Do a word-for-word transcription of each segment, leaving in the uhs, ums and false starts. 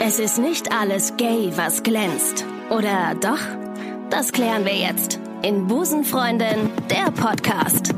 Es ist nicht alles gay, was glänzt. Oder doch? Das klären wir jetzt in Busenfreundin, der Podcast.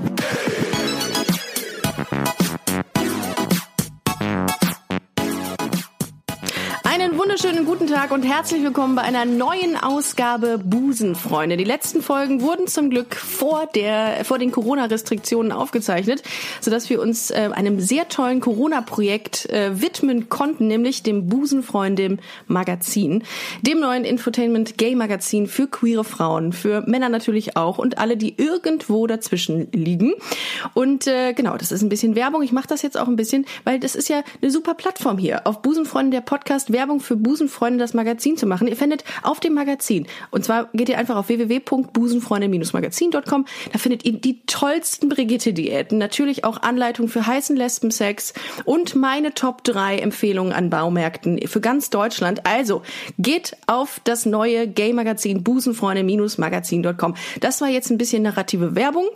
Einen wunderschönen guten Tag und herzlich willkommen bei einer neuen Ausgabe Busenfreunde. Die letzten Folgen wurden zum Glück vor der vor den Corona-Restriktionen aufgezeichnet, sodass wir uns äh, einem sehr tollen Corona-Projekt äh, widmen konnten, nämlich dem Busenfreunde Magazin, dem neuen Infotainment-Gay-Magazin für queere Frauen, für Männer natürlich auch und alle, die irgendwo dazwischen liegen. Und äh, genau, das ist ein bisschen Werbung. Ich mache das jetzt auch ein bisschen, weil das ist ja eine super Plattform hier. Auf Busenfreunde der Podcast Werbung für Busenfreunde das Magazin zu machen. Ihr findet auf dem Magazin, und zwar geht ihr einfach auf w w w punkt busenfreunde magazin punkt com, da findet ihr die tollsten Brigitte-Diäten, natürlich auch Anleitungen für heißen Lesbensex und meine Top drei Empfehlungen an Baumärkten für ganz Deutschland. Also geht auf das neue Gay-Magazin busenfreunde magazin punkt com. Das war jetzt ein bisschen narrative Werbung.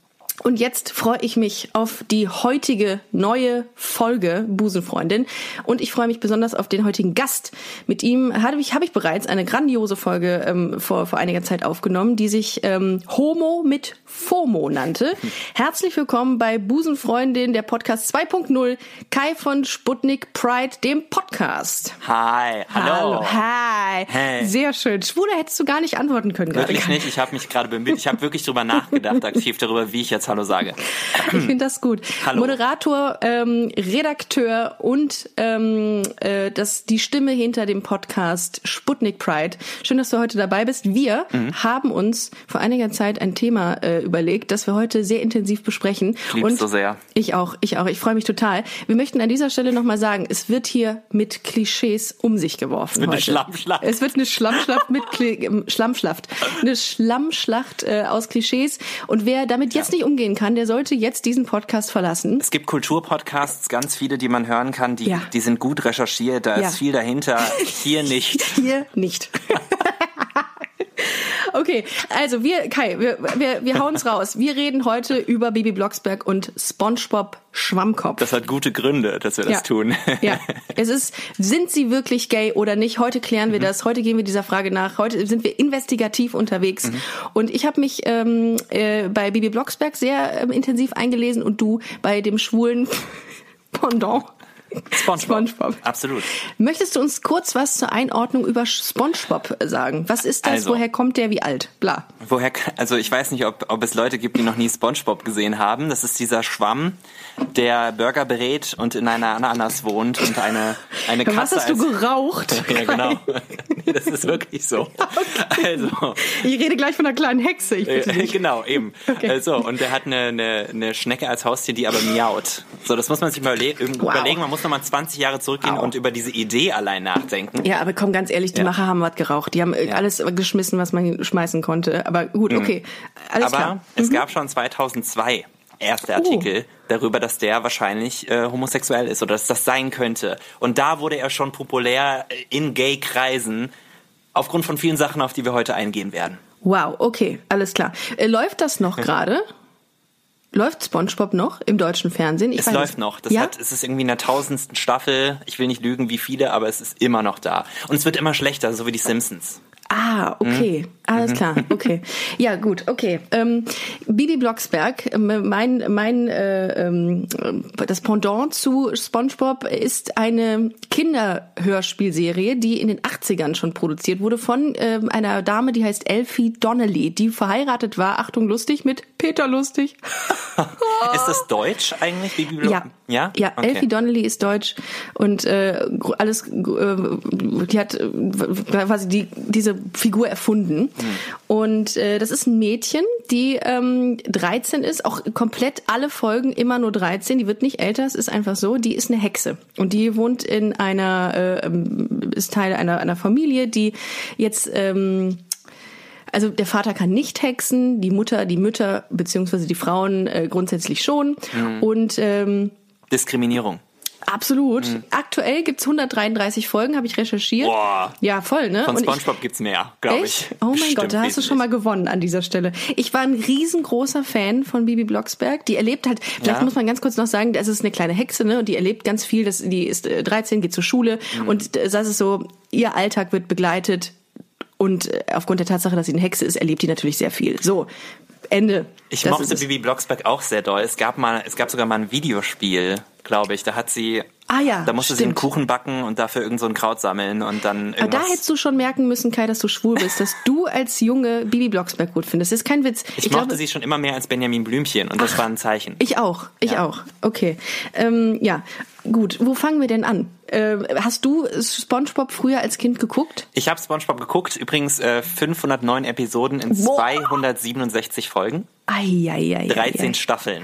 Und jetzt freue ich mich auf die heutige neue Folge Busenfreundin und ich freue mich besonders auf den heutigen Gast. Mit ihm habe ich, habe ich bereits eine grandiose Folge ähm, vor, vor einiger Zeit aufgenommen, die sich ähm, Homo mit FOMO nannte. Herzlich willkommen bei Busenfreundin, der Podcast zwei Punkt null, Kai von Sputnik Pride, dem Podcast. Hi, hallo. Hallo, hi. Hey. Sehr schön. Schwuler hättest du gar nicht antworten können. Wirklich gerade. nicht, ich habe mich gerade bemüht. Ich habe wirklich drüber nachgedacht, aktiv darüber, wie ich jetzt Hallo sage. Ich finde das gut. Hallo. Moderator, ähm, Redakteur und ähm, äh, das die Stimme hinter dem Podcast Sputnik Pride. Schön, dass du heute dabei bist. Wir mhm. haben uns vor einiger Zeit ein Thema äh, überlegt, das wir heute sehr intensiv besprechen. Ich lieb's so sehr. Ich auch, ich auch. Ich freue mich total. Wir möchten an dieser Stelle nochmal sagen, es wird hier mit Klischees um sich geworfen. Es wird heute. eine Schlammschlacht. Es wird eine Schlammschlacht mit Kli- Schlammschlacht. Eine Schlammschlacht äh, aus Klischees. Und wer damit jetzt ja. nicht umgehen kann, der sollte jetzt diesen Podcast verlassen. Es gibt Kulturpodcasts, ganz viele, die man hören kann, die, ja. die sind gut recherchiert, da ja. ist viel dahinter. Hier nicht. Hier nicht. Okay, also wir, Kai, wir, wir, wir hauen's raus. Wir reden heute über Bibi Blocksberg und SpongeBob Schwammkopf. Das hat gute Gründe, dass wir das ja. tun. Ja, es ist, sind sie wirklich gay oder nicht? Heute klären wir mhm. das. Heute gehen wir dieser Frage nach. Heute sind wir investigativ unterwegs. Mhm. Und ich habe mich ähm, äh, bei Bibi Blocksberg sehr ähm, intensiv eingelesen und du bei dem schwulen Pendant. SpongeBob. SpongeBob. Absolut. Möchtest du uns kurz was zur Einordnung über SpongeBob sagen? Was ist das? Also, woher kommt der? Wie alt? Bla. Woher? Also ich weiß nicht, ob, ob es Leute gibt, die noch nie SpongeBob gesehen haben. Das ist dieser Schwamm, der Burger berät und in einer Ananas wohnt und eine eine Katze. Was hast du geraucht? Ja, genau. Nee, das ist wirklich so. Okay. Also. Ich rede gleich von einer kleinen Hexe. Ich bitte dich. Genau, eben. Okay. Also, und der hat eine, eine, eine Schnecke als Haustier, die aber miaut. So, das muss man sich mal überle- wow. überlegen. Man muss noch mal zwanzig Jahre zurückgehen wow. und über diese Idee allein nachdenken. Ja, aber komm, ganz ehrlich, die ja. Macher haben was geraucht. Die haben ja. alles geschmissen, was man schmeißen konnte. Aber gut, okay. Alles aber klar. es mhm. gab schon zweitausendzwei erste Artikel oh. darüber, dass der wahrscheinlich äh, homosexuell ist oder dass das sein könnte. Und da wurde er schon populär in Gay-Kreisen aufgrund von vielen Sachen, auf die wir heute eingehen werden. Wow, okay, alles klar. Äh, läuft das noch gerade? Läuft SpongeBob noch im deutschen Fernsehen? Ich es weiß läuft es. noch. Das ja? hat, es ist irgendwie in der tausendsten Staffel. Ich will nicht lügen, wie viele, aber es ist immer noch da. Und es wird immer schlechter, so wie die Simpsons. Ah, okay. Mhm. Alles klar. Okay. Ja, gut, okay. Ähm, Bibi Blocksberg, mein, mein, äh, ähm, das Pendant zu SpongeBob ist eine Kinderhörspielserie, die in den achtzigern schon produziert wurde von äh, einer Dame, die heißt Elfie Donnelly, die verheiratet war, Achtung, lustig, mit Peter Lustig. Ist das deutsch eigentlich, Bibi Blocksberg? Ja. Ja? Ja, okay. Elfie Donnelly ist deutsch und äh, alles, äh, die hat äh, quasi die, diese Figur erfunden. Mhm. Und äh, das ist ein Mädchen, die ähm, dreizehn ist, auch komplett alle Folgen immer nur dreizehn, die wird nicht älter, es ist einfach so, die ist eine Hexe. Und die wohnt in einer, äh, ist Teil einer, einer Familie, die jetzt... Ähm, Also der Vater kann nicht hexen, die Mutter, die Mütter beziehungsweise die Frauen äh, grundsätzlich schon. Mhm. Und ähm, Diskriminierung. Absolut. Mhm. Aktuell gibt's hundertdreiunddreißig Folgen, habe ich recherchiert. Boah. Ja, voll, ne? Von Und SpongeBob ich, gibt's mehr, glaube ich. Oh mein Bestimmt Gott, da hast du schon mal gewonnen an dieser Stelle. Ich war ein riesengroßer Fan von Bibi Blocksberg. Die erlebt halt, vielleicht ja. muss man ganz kurz noch sagen, das ist eine kleine Hexe, ne? Und die erlebt ganz viel. Das, die ist dreizehn, geht zur Schule. Mhm. Und das ist so, ihr Alltag wird begleitet. Und aufgrund der Tatsache, dass sie eine Hexe ist, erlebt die natürlich sehr viel. So, Ende. Ich das mochte Bibi Blocksberg auch sehr doll. Es gab mal, es gab sogar mal ein Videospiel, glaube ich. Da hat sie, ah ja, da musste stimmt. sie einen Kuchen backen und dafür irgend so ein Kraut sammeln und dann irgendwas. Aber da hättest du schon merken müssen, Kai, dass du schwul bist, dass du als Junge Bibi Blocksberg gut findest. Das ist kein Witz. Ich, ich mochte glaube, sie schon immer mehr als Benjamin Blümchen und das Ach, war ein Zeichen. Ich auch, ich ja. auch. Okay, ähm, ja, gut. Wo fangen wir denn an? Äh, hast du SpongeBob früher als Kind geguckt? Ich habe SpongeBob geguckt. Übrigens äh, fünfhundertneun Episoden in Boah. zweihundertsiebenundsechzig Folgen. Ei, ei, ei, dreizehn ei, ei. Staffeln.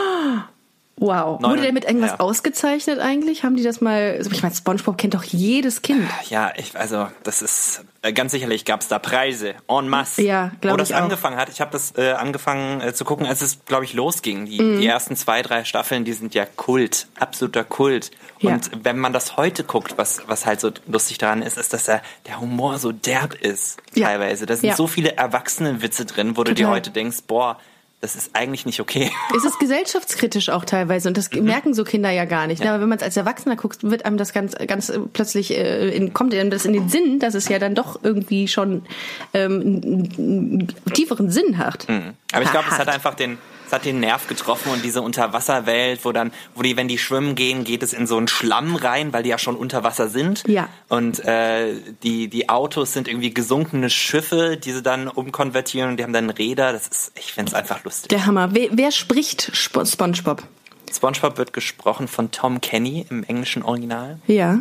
Wow. Neun, Wurde der mit irgendwas ja. ausgezeichnet eigentlich? Haben die das mal... Ich meine, SpongeBob kennt doch jedes Kind. Ja, ich, also das ist... Ganz sicherlich gab es da Preise en masse. Ja, glaube ich. Wo das auch. angefangen hat, ich habe das äh, angefangen äh, zu gucken, als es, glaube ich, losging. Die, mhm. die ersten zwei, drei Staffeln, die sind ja Kult. Absoluter Kult. Ja. Und wenn man das heute guckt, was, was halt so lustig daran ist, ist, dass der, der Humor so derb ist. Ja. Teilweise. Da sind ja. so viele Erwachsenenwitze drin, wo Total. du dir heute denkst, boah, das ist eigentlich nicht okay. Es ist gesellschaftskritisch auch teilweise und das mhm. merken so Kinder ja gar nicht. Ja. Aber wenn man es als Erwachsener guckt, wird einem das ganz, ganz plötzlich äh, in, kommt einem das in den Sinn, dass es ja dann doch irgendwie schon ähm, einen, einen tieferen Sinn hat. Mhm. Aber ich glaube, es hat einfach den Es hat den Nerv getroffen und diese Unterwasserwelt, wo dann, wo die, wenn die schwimmen gehen, geht es in so einen Schlamm rein, weil die ja schon unter Wasser sind. Ja. Und äh, die die Autos sind irgendwie gesunkene Schiffe, die sie dann umkonvertieren und die haben dann Räder. Das ist, ich finde es einfach lustig. Der Hammer. Wer, wer spricht Sp- SpongeBob? SpongeBob wird gesprochen von Tom Kenny im englischen Original. Ja.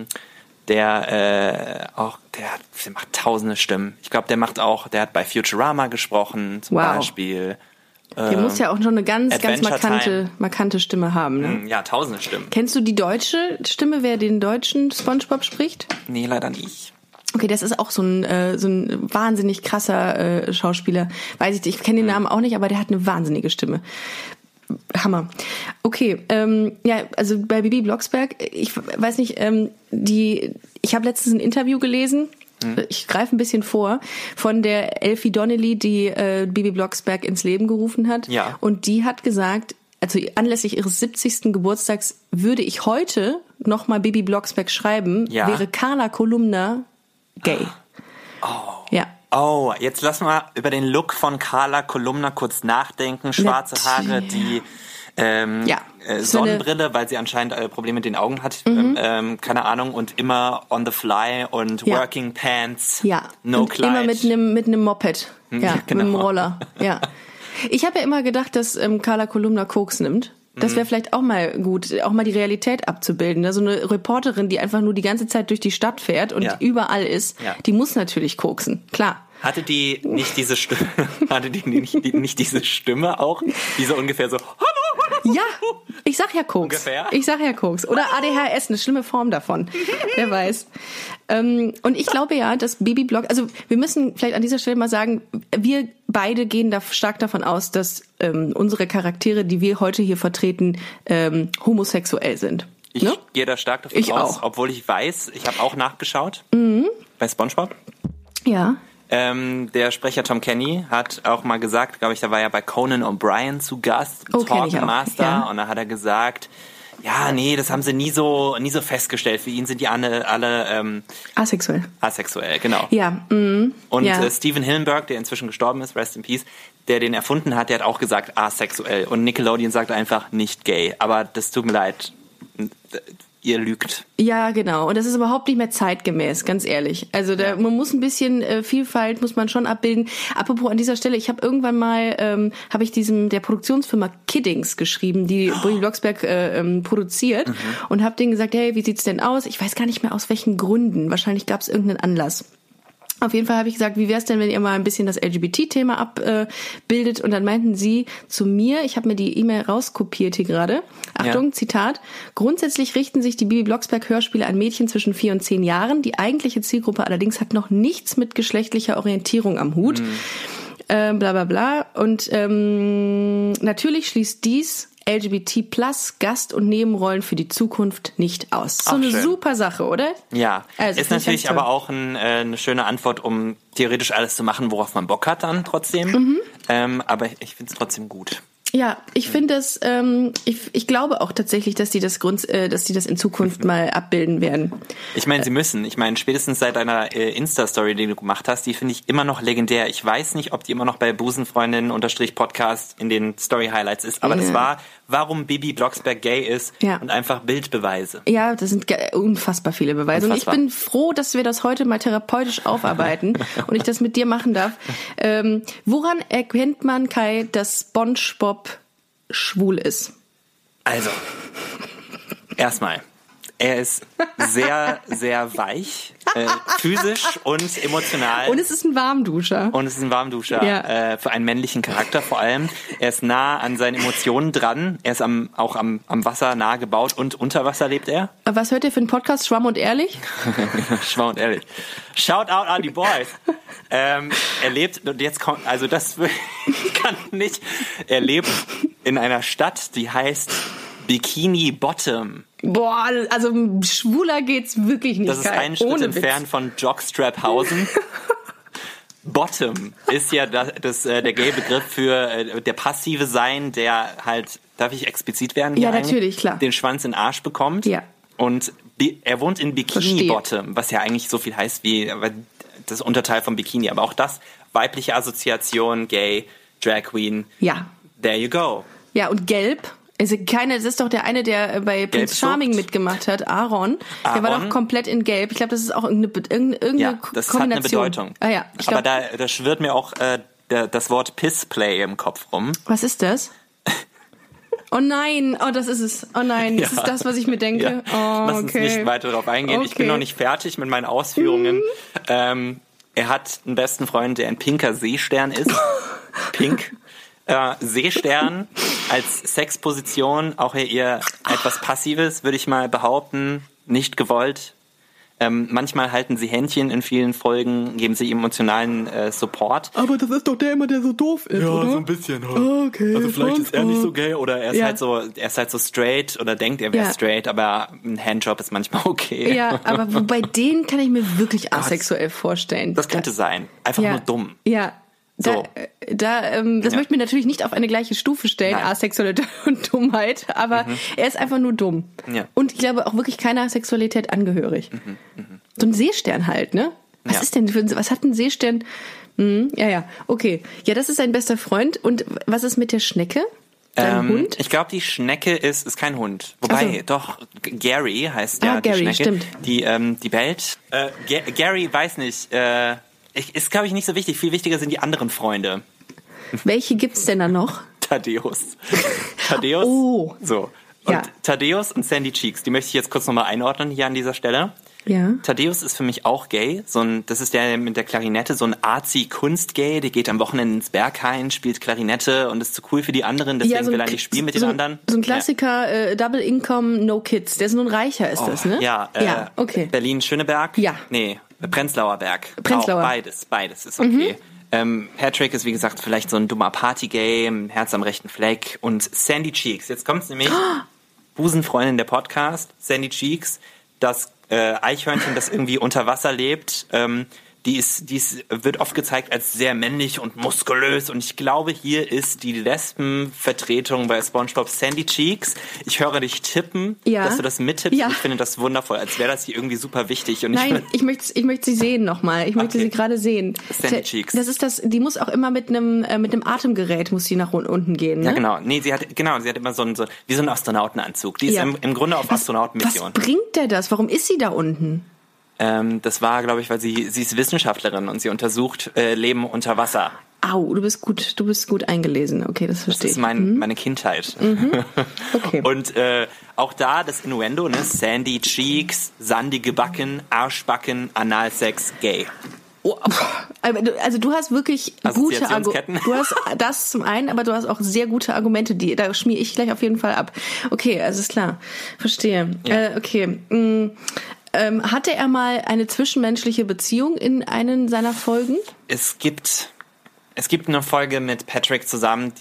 Der äh, auch, der, der macht tausende Stimmen. Ich glaube, der macht auch, der hat bei Futurama gesprochen zum wow. Beispiel. Der muss ja auch schon eine ganz, ganz markante, markante Stimme haben, ne? Ja, tausende Stimmen. Kennst du die deutsche Stimme, wer den deutschen SpongeBob spricht? Nee, leider nicht. Okay, das ist auch so ein, äh, so ein wahnsinnig krasser äh, Schauspieler. Weiß ich nicht, ich kenne den Namen auch nicht, aber der hat eine wahnsinnige Stimme. Hammer. Okay, ähm, ja, also bei Bibi Blocksberg, ich weiß nicht, ähm, die, ich habe letztens ein Interview gelesen, ich greife ein bisschen vor, von der Elfie Donnelly, die äh, Bibi Blocksberg ins Leben gerufen hat. Ja. Und die hat gesagt, also anlässlich ihres siebzigsten Geburtstags würde ich heute nochmal Bibi Blocksberg schreiben, ja. wäre Carla Kolumna gay. Oh. Ja. Oh, jetzt lass mal über den Look von Carla Kolumna kurz nachdenken. Schwarze Haare, die ähm, ja. äh, Sonnenbrille, weil sie anscheinend äh, Probleme mit den Augen hat. Mhm. Ähm, keine Ahnung. Und immer on the fly und ja. Working Pants. Ja. No und Kleid. Immer mit einem mit einem Moped. Ja, genau. Mit einem Roller. Ja. Ich habe ja immer gedacht, dass ähm, Carla Kolumna Koks nimmt. Das wäre vielleicht auch mal gut, auch mal die Realität abzubilden. So eine Reporterin, die einfach nur die ganze Zeit durch die Stadt fährt und ja. überall ist, ja. die muss natürlich koksen, klar. Hatte die nicht diese Stimme, hatte die nicht, die, nicht diese Stimme auch, die so ungefähr so... Ja, ich sag ja Koks. Ungefähr? Ich sag ja Koks. Oder A D H S, eine schlimme Form davon. Wer weiß. Ähm, und ich glaube ja, dass Bibi Block, also wir müssen vielleicht an dieser Stelle mal sagen, wir beide gehen da stark davon aus, dass ähm, unsere Charaktere, die wir heute hier vertreten, ähm, homosexuell sind. Ich ne? gehe da stark davon ich aus, auch. obwohl ich weiß, ich habe auch nachgeschaut mhm. bei SpongeBob. Ja. Ähm, der Sprecher Tom Kenny hat auch mal gesagt, glaube ich, da war ja bei Conan O'Brien zu Gast, oh, Talkmaster, ja. und da hat er gesagt, ja, nee, das haben sie nie so nie so festgestellt. Für ihn sind die alle, alle ähm, asexuell. Asexuell, genau. Ja. Mm, und ja. Äh, Steven Hillenburg, der inzwischen gestorben ist, rest in peace, der den erfunden hat, der hat auch gesagt asexuell. Und Nickelodeon sagt einfach nicht gay. Aber das tut mir leid. Ihr lügt. Ja, genau. Und das ist überhaupt nicht mehr zeitgemäß, ganz ehrlich. Also da, ja. man muss ein bisschen äh, Vielfalt muss man schon abbilden. Apropos an dieser Stelle, ich habe irgendwann mal ähm, habe ich diesem der Produktionsfirma Kiddings geschrieben, die Bibi Blocksberg äh, ähm, produziert, mhm. und habe denen gesagt, hey, wie sieht's denn aus? Ich weiß gar nicht mehr aus welchen Gründen. Wahrscheinlich gab es irgendeinen Anlass. Auf jeden Fall habe ich gesagt, wie wär's denn, wenn ihr mal ein bisschen das L G B T-Thema abbildet? Und dann meinten sie zu mir, ich habe mir die E-Mail rauskopiert hier gerade. Achtung, ja. Zitat. Grundsätzlich richten sich die Bibi Blocksberg-Hörspiele an Mädchen zwischen vier und zehn Jahren. Die eigentliche Zielgruppe allerdings hat noch nichts mit geschlechtlicher Orientierung am Hut. Mhm. Ähm, bla bla bla. Und ähm, natürlich schließt dies L G B T Plus Gast- und Nebenrollen für die Zukunft nicht aus. So Ach, eine schön. super Sache, oder? Ja, Also, ist finde ich natürlich ganz toll. aber auch ein, äh, eine schöne Antwort, um theoretisch alles zu machen, worauf man Bock hat dann trotzdem. Mhm. Ähm, aber ich finde es trotzdem gut. Ja, ich finde das, ähm, ich, ich glaube auch tatsächlich, dass die das Grund, äh, dass die das in Zukunft mal abbilden werden. Ich meine, sie müssen. Ich meine, spätestens seit deiner äh, Insta-Story, die du gemacht hast, die finde ich immer noch legendär. Ich weiß nicht, ob die immer noch bei Busenfreundin-Podcast in den Story-Highlights ist, aber Ja. das war, warum Bibi Blocksberg gay ist Ja. und einfach Bildbeweise. Ja, das sind ge- unfassbar viele Beweise. Unfassbar. Und ich bin froh, dass wir das heute mal therapeutisch aufarbeiten und ich das mit dir machen darf. Ähm, woran erkennt man, Kai, dass SpongeBob schwul ist? Also, erstmal, er ist sehr, sehr weich, äh, physisch und emotional. Und es ist ein Warmduscher. Und es ist ein Warmduscher, Ja. äh, für einen männlichen Charakter vor allem. Er ist nah an seinen Emotionen dran. Er ist am, auch am, am Wasser nah gebaut und unter Wasser lebt er. Was hört ihr für einen Podcast? Schwamm und ehrlich? Schwau und ehrlich. Shout out an die Boys. ähm, er lebt, und jetzt kommt, also das kann nicht, er lebt in einer Stadt, die heißt Bikini Bottom. Boah, also schwuler geht's wirklich nicht. Das ist Kai. einen Schritt Ohne entfernt Witz. von Jockstraphausen. Bottom ist ja das, das, äh, der Gay-Begriff für äh, der passive Sein, der halt, darf ich explizit werden? hier Ja, eigentlich? natürlich, klar. Den Schwanz in den Arsch bekommt. Ja. Und bi- er wohnt in Bikini Verstehe. Bottom, was ja eigentlich so viel heißt wie aber das Unterteil von Bikini. Aber auch das, weibliche Assoziation, Gay, Drag Queen. Ja. There you go. Ja, und gelb. Also keine, das ist doch der eine, der bei Prince Charming Gelbsucht. mitgemacht hat, Aaron. Der war Aaron? doch komplett in gelb. Ich glaube, das ist auch irgendeine, irgendeine, irgendeine Ja, das hat eine Kombination. Bedeutung. Ah ja, ich aber glaub, da, da schwirrt mir auch äh, der, das Wort Pissplay im Kopf rum. was ist das? Oh nein, oh das ist es. Oh nein, das Ja. ist das, was ich mir denke. Ja. Oh, Lass uns okay. nicht weiter darauf eingehen. Ich bin Okay. noch nicht fertig mit meinen Ausführungen. Mhm. Ähm, er hat einen besten Freund, der ein pinker Seestern ist. Pink. Äh, Seestern als Sexposition, auch eher etwas Passives, würde ich mal behaupten. Nicht gewollt. Ähm, manchmal halten sie Händchen in vielen Folgen, geben sie emotionalen äh, Support. Aber das ist doch der immer, der so doof ist, oder? bisschen. Oh, okay, Also vielleicht ist er nicht so SpongeBob. gay oder er ist Ja. halt so, er ist halt so straight oder denkt, er wäre Ja. straight, aber ein Handjob ist manchmal okay. Ja, aber bei denen kann ich mir wirklich asexuell vorstellen. Das könnte sein. Einfach ja. nur dumm. Ja. Da, So. äh, da, ähm, das Ja. möchte ich mir natürlich nicht auf eine gleiche Stufe stellen, Nein. Asexualität und Dummheit, aber er ist einfach nur dumm. Ja. Und ich glaube auch wirklich keiner Sexualität angehörig. So ein Seestern halt, ne? Was Ja. ist denn für ein, was hat ein Seestern? Hm, ja, ja, okay. Ja, das ist sein bester Freund. Und was ist mit der Schnecke? Sein Ähm, Hund? Ich glaube, die Schnecke ist, ist kein Hund. Wobei, Ach so. doch, G- Gary heißt ja Ah, Gary, die Schnecke. stimmt. Die, ähm, die bellt. Äh, Ga- Gary, weiß nicht, äh, ich, ist, glaube ich, nicht so wichtig. Viel wichtiger sind die anderen Freunde. Welche gibt's denn da noch? Thaddeus. Thaddeus. Oh. So. Und Ja. Thaddeus und Sandy Cheeks, die möchte ich jetzt kurz nochmal einordnen hier an dieser Stelle. Ja. Thaddeus ist für mich auch gay. So ein, das ist der mit der Klarinette, so ein Arzi-Kunst-Gay. Der geht am Wochenende ins Berghain, spielt Klarinette und ist zu cool für die anderen, deswegen will er nicht spielen mit so, den anderen. So ein Klassiker, äh, Double Income, No Kids. Der ist nur ein Reicher, ist Ja. das, ne? Ja, äh, ja, okay. Berlin-Schöneberg? Ja. Nee, Prenzlauer Berg. Prenzlauer. Auch beides, beides ist okay. Ähm, Patrick ist, wie gesagt, vielleicht so ein dummer Party-Gay, ein Herz am rechten Fleck. Und Sandy Cheeks, jetzt kommt's nämlich, Busenfreundin der Podcast, Sandy Cheeks, das äh, Eichhörnchen, das irgendwie unter Wasser lebt, ähm, die ist, die ist, wird oft gezeigt als sehr männlich und muskulös. Und ich glaube, hier ist die Lesbenvertretung bei SpongeBob Sandy Cheeks. Ich höre dich tippen, Ja. dass du das mittippst. Ja. Ich finde das wundervoll, als wäre das hier irgendwie super wichtig. Und Nein, ich, ich möchte, ich möchte sie sehen nochmal. Ich möchte Okay. sie gerade sehen. Sandy Cheeks. Das ist das, die muss auch immer mit einem, äh, mit einem Atemgerät muss sie nach un- unten gehen, ne? ja, genau. Nee, sie hat, genau, sie hat immer so einen, so, wie so einen Astronautenanzug. Die ist Ja. im, im Grunde auf Was Astronautenmission. bringt der das? Warum ist sie da unten? Ähm, das war, glaube ich, weil sie, sie ist Wissenschaftlerin und sie untersucht äh, Leben unter Wasser. Au, du bist gut, du bist gut eingelesen. Okay, das Das verstehe ist ich. mein, meine Kindheit. Okay. Und äh, auch da das Innuendo, ne? Sandy Cheeks, sandige Backen, Arschbacken, Analsex, gay. Oh, aber du- also du hast wirklich gute Assoziationsketten. Argumente. Du hast das zum einen, aber du hast auch sehr gute Argumente, die da schmier ich gleich auf jeden Fall ab. Okay, also ist klar. Verstehe. Ja. Äh, okay. Mm, ähm, hatte er mal eine zwischenmenschliche Beziehung in einen seiner Folgen? Es gibt, es gibt eine Folge mit Patrick zusammen, die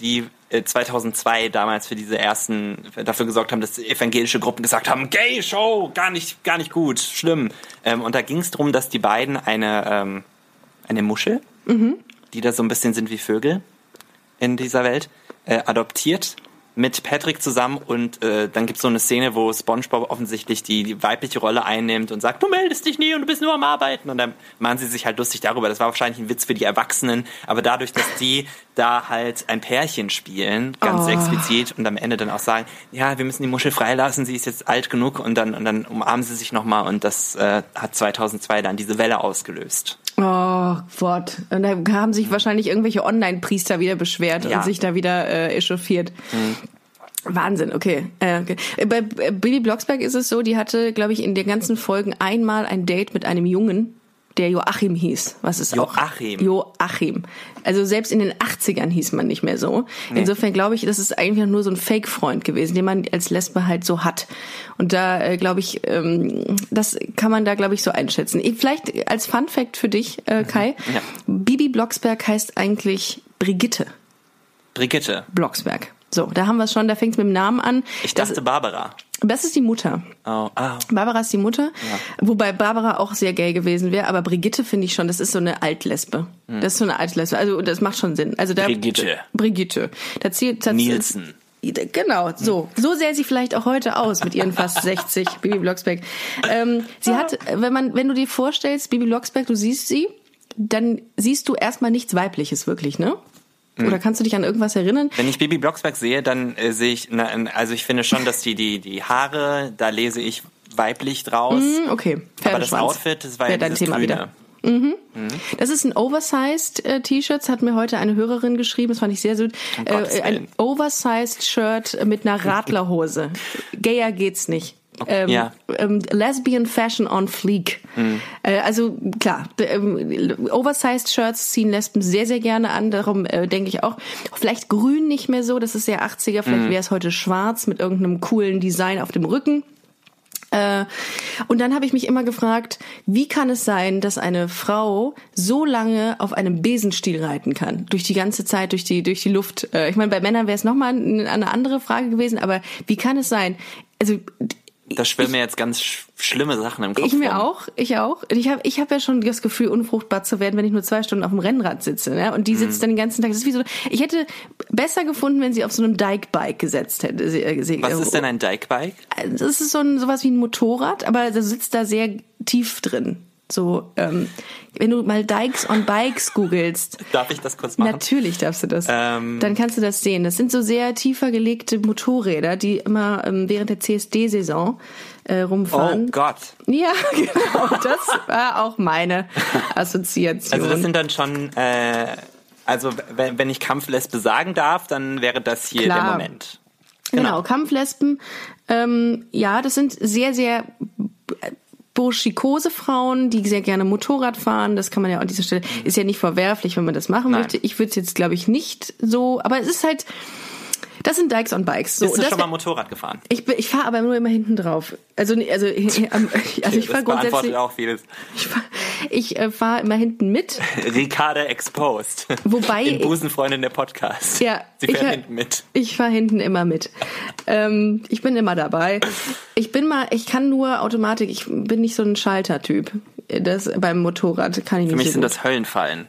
äh, zweitausendzwei damals für diese ersten, dafür gesorgt haben, dass evangelische Gruppen gesagt haben, Gay-Show, gar nicht, gar nicht gut, schlimm. Ähm, und da ging es darum, dass die beiden eine, ähm, eine Muschel, mhm. die da so ein bisschen sind wie Vögel in dieser Welt, äh, adoptiert mit Patrick zusammen und äh, dann gibt's so eine Szene, wo SpongeBob offensichtlich die, die weibliche Rolle einnimmt und sagt, du meldest dich nie und du bist nur am Arbeiten und dann machen sie sich halt lustig darüber. Das war wahrscheinlich ein Witz für die Erwachsenen, aber dadurch, dass die da halt ein Pärchen spielen, ganz oh. explizit und am Ende dann auch sagen, ja, wir müssen die Muschel freilassen, sie ist jetzt alt genug und dann, und dann umarmen sie sich nochmal und das äh, hat zweitausendzwei dann diese Welle ausgelöst. Oh Gott. Und da haben sich wahrscheinlich irgendwelche Online-Priester wieder beschwert ja. und sich da wieder äh, echauffiert. Mhm. Wahnsinn, okay. Äh, okay. Bei Bibi Blocksberg ist es so, die hatte, glaube ich, in den ganzen Folgen einmal ein Date mit einem Jungen, der Joachim hieß. Was ist Joachim. auch? Joachim. Also selbst in den achtzigern hieß man nicht mehr so. Nee. Insofern glaube ich, das ist eigentlich nur so ein Fake-Freund gewesen, den man als Lesbe halt so hat. Und da äh, glaube ich, ähm, das kann man da, glaube ich, so einschätzen. Vielleicht als Fun-Fact für dich, äh, Kai. Ja. Bibi Blocksberg heißt eigentlich Brigitte. Brigitte. Blocksberg. So, da haben wir es schon, da fängt es mit dem Namen an. Ich dachte das, Barbara. Das ist die Mutter. Oh, oh. Barbara ist die Mutter, ja. Wobei Barbara auch sehr gay gewesen wäre, aber Brigitte finde ich schon, das ist so eine Altlesbe. Hm. Das ist so eine Altlesbe, also das macht schon Sinn. Also da, Brigitte. Brigitte. Da zieht, da Nielsen. Genau, so. So sähe sie vielleicht auch heute aus mit ihren fast sechzig, Bibi Blocksberg. Ähm, sie hat, wenn man, wenn du dir vorstellst, Bibi Blocksberg, du siehst sie, dann siehst du erstmal nichts Weibliches wirklich, ne? Oder kannst du dich an irgendwas erinnern? Wenn ich Bibi Blocksberg sehe, dann äh, sehe ich, na, also ich finde schon, dass die, die, die Haare, da lese ich weiblich draus. Mm, okay. Aber das Outfit, das war ja dein dieses Thema Grüne. Wieder. Mhm. Mhm. Das ist ein Oversized äh, T-Shirt, das hat mir heute eine Hörerin geschrieben, das fand ich sehr süß. Um äh, ein Oversized Shirt mit einer Radlerhose. Gayer geht's nicht. Ähm, ja. ähm, Lesbian Fashion on Fleek. Mhm. Äh, also klar, ähm, Oversized Shirts ziehen Lesben sehr, sehr gerne an. Darum äh, denke ich auch, vielleicht grün nicht mehr so, das ist sehr achtziger. Vielleicht mhm. wäre es heute schwarz mit irgendeinem coolen Design auf dem Rücken. Äh, und dann habe ich mich immer gefragt, wie kann es sein, dass eine Frau so lange auf einem Besenstiel reiten kann? Durch die ganze Zeit, durch die, durch die Luft. Äh, ich meine, bei Männern wäre es nochmal eine andere Frage gewesen, aber wie kann es sein? Also Da schwimmen mir jetzt ganz sch- schlimme Sachen im Kopf. Ich mir rum. auch, ich auch. Ich habe ich hab ja schon das Gefühl, unfruchtbar zu werden, wenn ich nur zwei Stunden auf dem Rennrad sitze. Ne? Und die sitzt mhm. dann den ganzen Tag. Das ist wie so. Ich hätte besser gefunden, wenn sie auf so einem Dykebike gesetzt hätte. Was ist denn ein Dykebike? Das ist so ein, sowas wie ein Motorrad, aber du sitzt da sehr tief drin. So, ähm, wenn du mal Dykes on Bikes googelst. Darf ich das kurz machen? Natürlich darfst du das. Ähm. Dann kannst du das sehen. Das sind so sehr tiefer gelegte Motorräder, die immer ähm, während der C S D-Saison äh, rumfahren. Oh Gott. Ja, genau. Das war auch meine Assoziation. Also das sind dann schon, äh, also wenn, wenn ich Kampflesbe sagen darf, dann wäre das hier Klar. der Moment. Genau, Genau, Kampflesben. Ähm, ja, das sind sehr, sehr burschikose Frauen, die sehr gerne Motorrad fahren. Das kann man ja an dieser Stelle, ist ja nicht verwerflich, wenn man das machen Nein. möchte. Ich würde es jetzt, glaube ich, nicht so, aber es ist halt, das sind Dykes on Bikes. So, Bist du das schon mal Motorrad gefahren? Ich, ich fahre aber nur immer hinten drauf. Also, also, also ich fahre das grundsätzlich. auch vieles. Ich fahre ich, äh, fahr immer hinten mit. Ricarda exposed. Wobei. In Busenfreundin der Podcast. Ja. Sie fährt ich, hinten mit. Ich fahre hinten immer mit. ähm, ich bin immer dabei. Ich bin mal, ich kann nur Automatik. Ich bin nicht so ein Schaltertyp. Das beim Motorrad kann ich nicht. Für mich so sind gut. das Höllenfallen.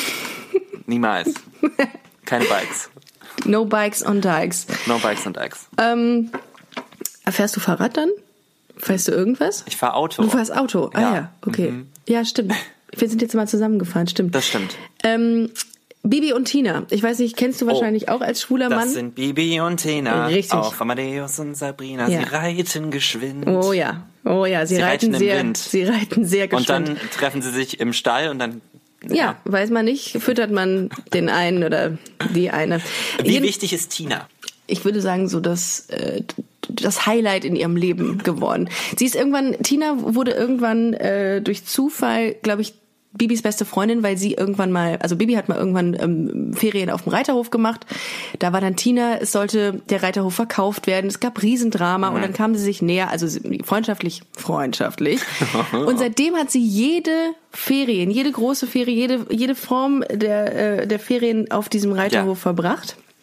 Niemals. Keine Bikes. No bikes on Dykes. No bikes on Dykes. Ähm, fährst du Fahrrad dann? Fährst du irgendwas? Ich fahre Auto. Du fährst Auto? Ah ja, ja. okay. Mhm. Ja, stimmt. Wir sind jetzt mal zusammengefahren, stimmt. Das stimmt. Ähm, Bibi und Tina. Ich weiß nicht, kennst du wahrscheinlich oh, auch als schwuler Mann? Das sind Bibi und Tina. Richtig. Auf Amadeus und Sabrina. Ja. Sie reiten geschwind. Oh ja. Oh ja, sie, sie reiten, reiten sehr, im Wind. sie reiten sehr geschwind. Und dann treffen sie sich im Stall und dann Ja, ja, weiß man nicht. Füttert man den einen oder die eine. Wie Jeden, wichtig ist Tina? Ich würde sagen, so das, äh, das Highlight in ihrem Leben geworden. Sie ist irgendwann, Tina wurde irgendwann äh, durch Zufall, glaube ich, Bibis beste Freundin, weil sie irgendwann mal, also Bibi hat mal irgendwann ähm, Ferien auf dem Reiterhof gemacht. Da war dann Tina, es sollte der Reiterhof verkauft werden. Es gab Riesendrama mhm. und dann kamen sie sich näher, also freundschaftlich, freundschaftlich. Und seitdem hat sie jede Ferien, jede große Ferie, jede jede Form der äh, der Ferien auf diesem Reiterhof ja. verbracht.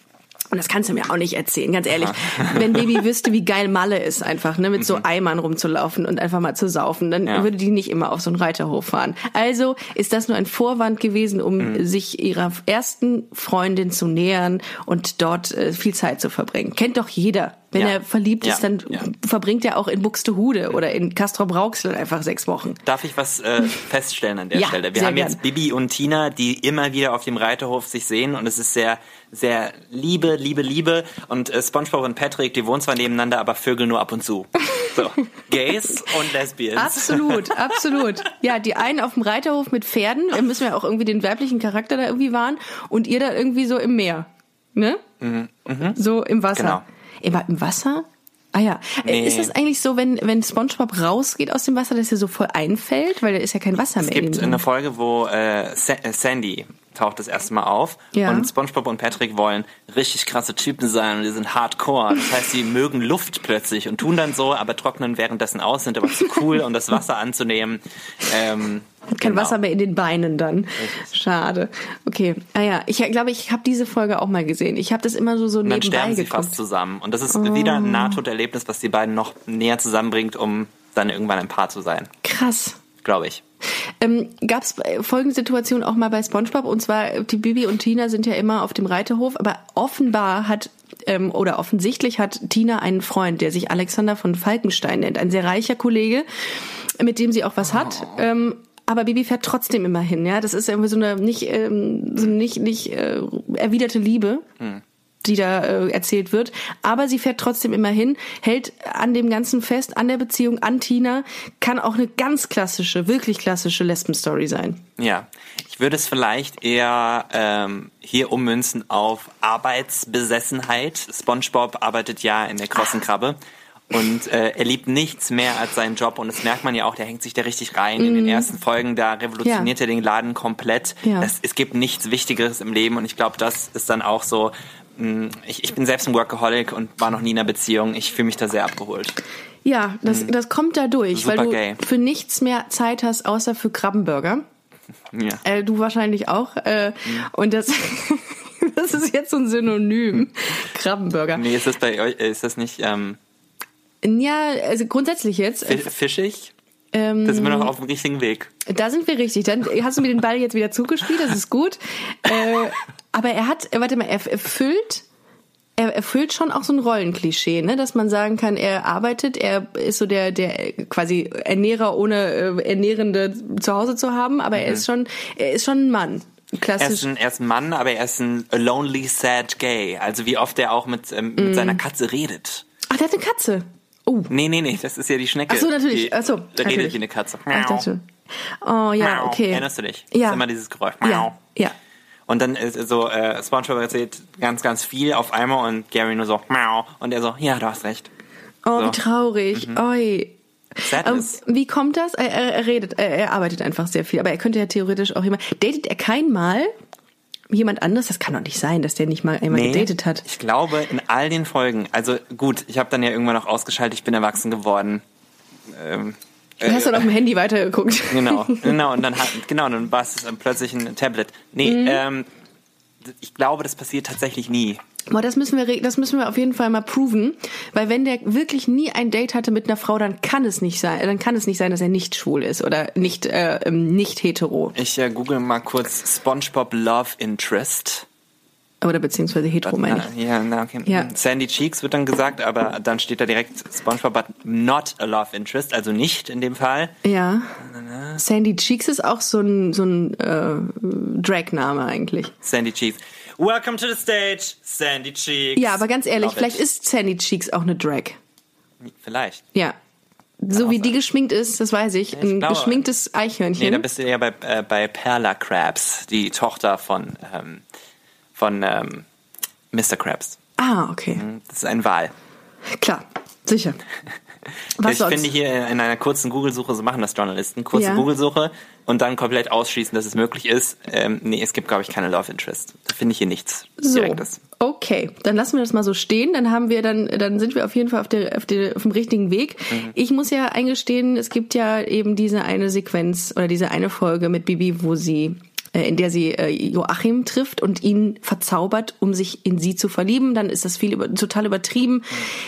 Und das kannst du mir auch nicht erzählen, ganz ehrlich. Wenn Bibi wüsste, wie geil Malle ist einfach, ne, mit so Eimern rumzulaufen und einfach mal zu saufen, dann ja. würde die nicht immer auf so einen Reiterhof fahren. Also ist das nur ein Vorwand gewesen, um mhm. sich ihrer ersten Freundin zu nähern und dort äh, viel Zeit zu verbringen. Kennt doch jeder. Wenn ja. er verliebt ist, ja. dann ja. verbringt er auch in Buxtehude oder in Castrop-Rauxel einfach sechs Wochen. Darf ich was äh, feststellen an der ja, Stelle? Wir haben gern. jetzt Bibi und Tina, die immer wieder auf dem Reiterhof sich sehen und es ist sehr, sehr Liebe, Liebe, Liebe. Und äh, SpongeBob und Patrick, die wohnen zwar nebeneinander, aber vögeln nur ab und zu. So, Gays und Lesbians. Absolut, absolut. Ja, die einen auf dem Reiterhof mit Pferden, da müssen wir auch irgendwie den weiblichen Charakter da irgendwie wahren und ihr da irgendwie so im Meer, ne? Mhm. Mhm. So im Wasser. Genau. Immer im Wasser? Ah ja. Nee. Ist das eigentlich so, wenn wenn SpongeBob rausgeht aus dem Wasser, dass er so voll einfällt? Weil da ist ja kein Wasser es mehr. Es gibt eine Folge, wo äh, Sandy taucht das erste Mal auf ja. und SpongeBob und Patrick wollen richtig krasse Typen sein und die sind hardcore. Das heißt, sie mögen Luft plötzlich und tun dann so, aber trocknen währenddessen aus, sind aber zu cool, um das Wasser anzunehmen. Ähm, Kein genau. Wasser mehr in den Beinen dann. Richtig. Schade. Okay. Ah ja, ich glaube, ich habe diese Folge auch mal gesehen. Ich habe das immer so so und dann nebenbei sterben sie geguckt. fast zusammen. Und das ist oh. wieder ein Nahtoderlebnis, was die beiden noch näher zusammenbringt, um dann irgendwann ein Paar zu sein. Krass. Glaube ich. Ähm, Gab es folgende Situation auch mal bei SpongeBob? Und zwar, die Bibi und Tina sind ja immer auf dem Reiterhof, aber offenbar hat, ähm, oder offensichtlich hat Tina einen Freund, der sich Alexander von Falkenstein nennt. Ein sehr reicher Kollege, mit dem sie auch was hat. Oh. Ähm, aber Bibi fährt trotzdem immer hin, ja. Das ist irgendwie so eine nicht, ähm, so eine nicht, nicht äh, erwiderte Liebe. Hm. die da äh, erzählt wird. Aber sie fährt trotzdem immer hin, hält an dem Ganzen fest, an der Beziehung, an Tina. Kann auch eine ganz klassische, wirklich klassische Lesben-Story sein. Ja, ich würde es vielleicht eher ähm, hier ummünzen auf Arbeitsbesessenheit. SpongeBob arbeitet ja in der Krossenkrabbe. Und äh, er liebt nichts mehr als seinen Job und das merkt man ja auch, der hängt sich da richtig rein. Mm. In den ersten Folgen, da revolutioniert ja. er den Laden komplett. Ja. Es, es gibt nichts Wichtigeres im Leben und ich glaube, das ist dann auch so, mh, ich, ich bin selbst ein Workaholic und war noch nie in einer Beziehung. Ich fühle mich da sehr abgeholt. Ja, das, mhm. das kommt da durch, Super weil du gay. für nichts mehr Zeit hast, außer für Krabbenburger. Ja. Äh, du wahrscheinlich auch. Äh, mhm. Und das... das ist jetzt so ein Synonym. Krabbenburger. Nee, ist das bei euch, ist das nicht... Ähm Ja, also grundsätzlich jetzt. Fischig? Ähm, da sind wir noch auf dem richtigen Weg. Da sind wir richtig. Dann hast du mir den Ball jetzt wieder zugespielt, das ist gut. äh, aber er hat, warte mal, er erfüllt, er erfüllt schon auch so ein Rollenklischee, ne, dass man sagen kann, er arbeitet, er ist so der, der quasi Ernährer ohne äh, Ernährende zu Hause zu haben, aber mhm. er ist schon, er ist schon ein Mann. Klassisch. Er ist, ein, er ist ein Mann, aber er ist ein lonely, sad gay. Also wie oft er auch mit, ähm, mit mm. seiner Katze redet. Ach, der hat eine Katze. Oh. Nee, nee, nee, das ist ja die Schnecke. Ach so, natürlich. Die, Ach so, da natürlich. redet wie eine Katze. Ach, das schon. Oh, ja, okay. Erinnerst du dich? Ja. Das ist immer dieses Geräusch. Ja, ja. Und dann ist so, äh, SpongeBob erzählt ganz, ganz viel auf einmal und Gary nur so, und er so, ja, du hast recht. Oh, so. Wie traurig. Mhm. Oi. Sadness. Um, wie kommt das? Er, er redet, er, er arbeitet einfach sehr viel, aber er könnte ja theoretisch auch jemand, datet er kein Mal jemand anderes? Das kann doch nicht sein, dass der nicht mal einmal nee, gedatet hat. Ich glaube, in all den Folgen, also gut, ich habe dann ja irgendwann auch ausgeschaltet, ich bin erwachsen geworden. Ähm, du hast äh, dann auf dem Handy weitergeguckt. Genau, genau, und dann hat, genau, dann war es plötzlich ein Tablet. Nee, mhm. ähm, ich glaube, das passiert tatsächlich nie. Boah, das müssen wir, das müssen wir auf jeden Fall mal proven, weil wenn der wirklich nie ein Date hatte mit einer Frau, dann kann es nicht sein, dann kann es nicht sein, dass er nicht schwul ist oder nicht, äh, nicht hetero. Ich äh, google mal kurz SpongeBob Love Interest. Oder beziehungsweise hetero, meine ich. Ja, na, okay. Ja. Sandy Cheeks wird dann gesagt, aber dann steht da direkt SpongeBob but not a love interest, also nicht in dem Fall. Ja. Na, na. Sandy Cheeks ist auch so ein, so ein äh, Drag-Name eigentlich. Sandy Cheeks. Welcome to the stage, Sandy Cheeks. Ja, aber ganz ehrlich, Love vielleicht it. Ist Sandy Cheeks auch eine Drag. Vielleicht. Ja. So Kann wie sein. die geschminkt ist, das weiß ich. ich ein glaube, geschminktes Eichhörnchen. Nee, da bist du ja bei, äh, bei Perla Krabs, die Tochter von, ähm, von ähm, Mister Krabs. Ah, okay. Das ist ein Wal. Klar, sicher. Was ich sonst? finde hier in einer kurzen Google-Suche, so machen das Journalisten, kurze Ja. Google-Suche und dann komplett ausschließen, dass es möglich ist. Ähm, nee, es gibt, glaube ich, keine Love Interest. Da finde ich hier nichts So, Direktes. okay, dann lassen wir das mal so stehen. Dann haben wir dann, dann sind wir auf jeden Fall auf der, auf, der, auf dem richtigen Weg. Mhm. Ich muss ja eingestehen, es gibt ja eben diese eine Sequenz oder diese eine Folge mit Bibi, wo sie in der sie äh, Joachim trifft und ihn verzaubert, um sich in sie zu verlieben. Dann ist das viel über, total übertrieben. Mhm.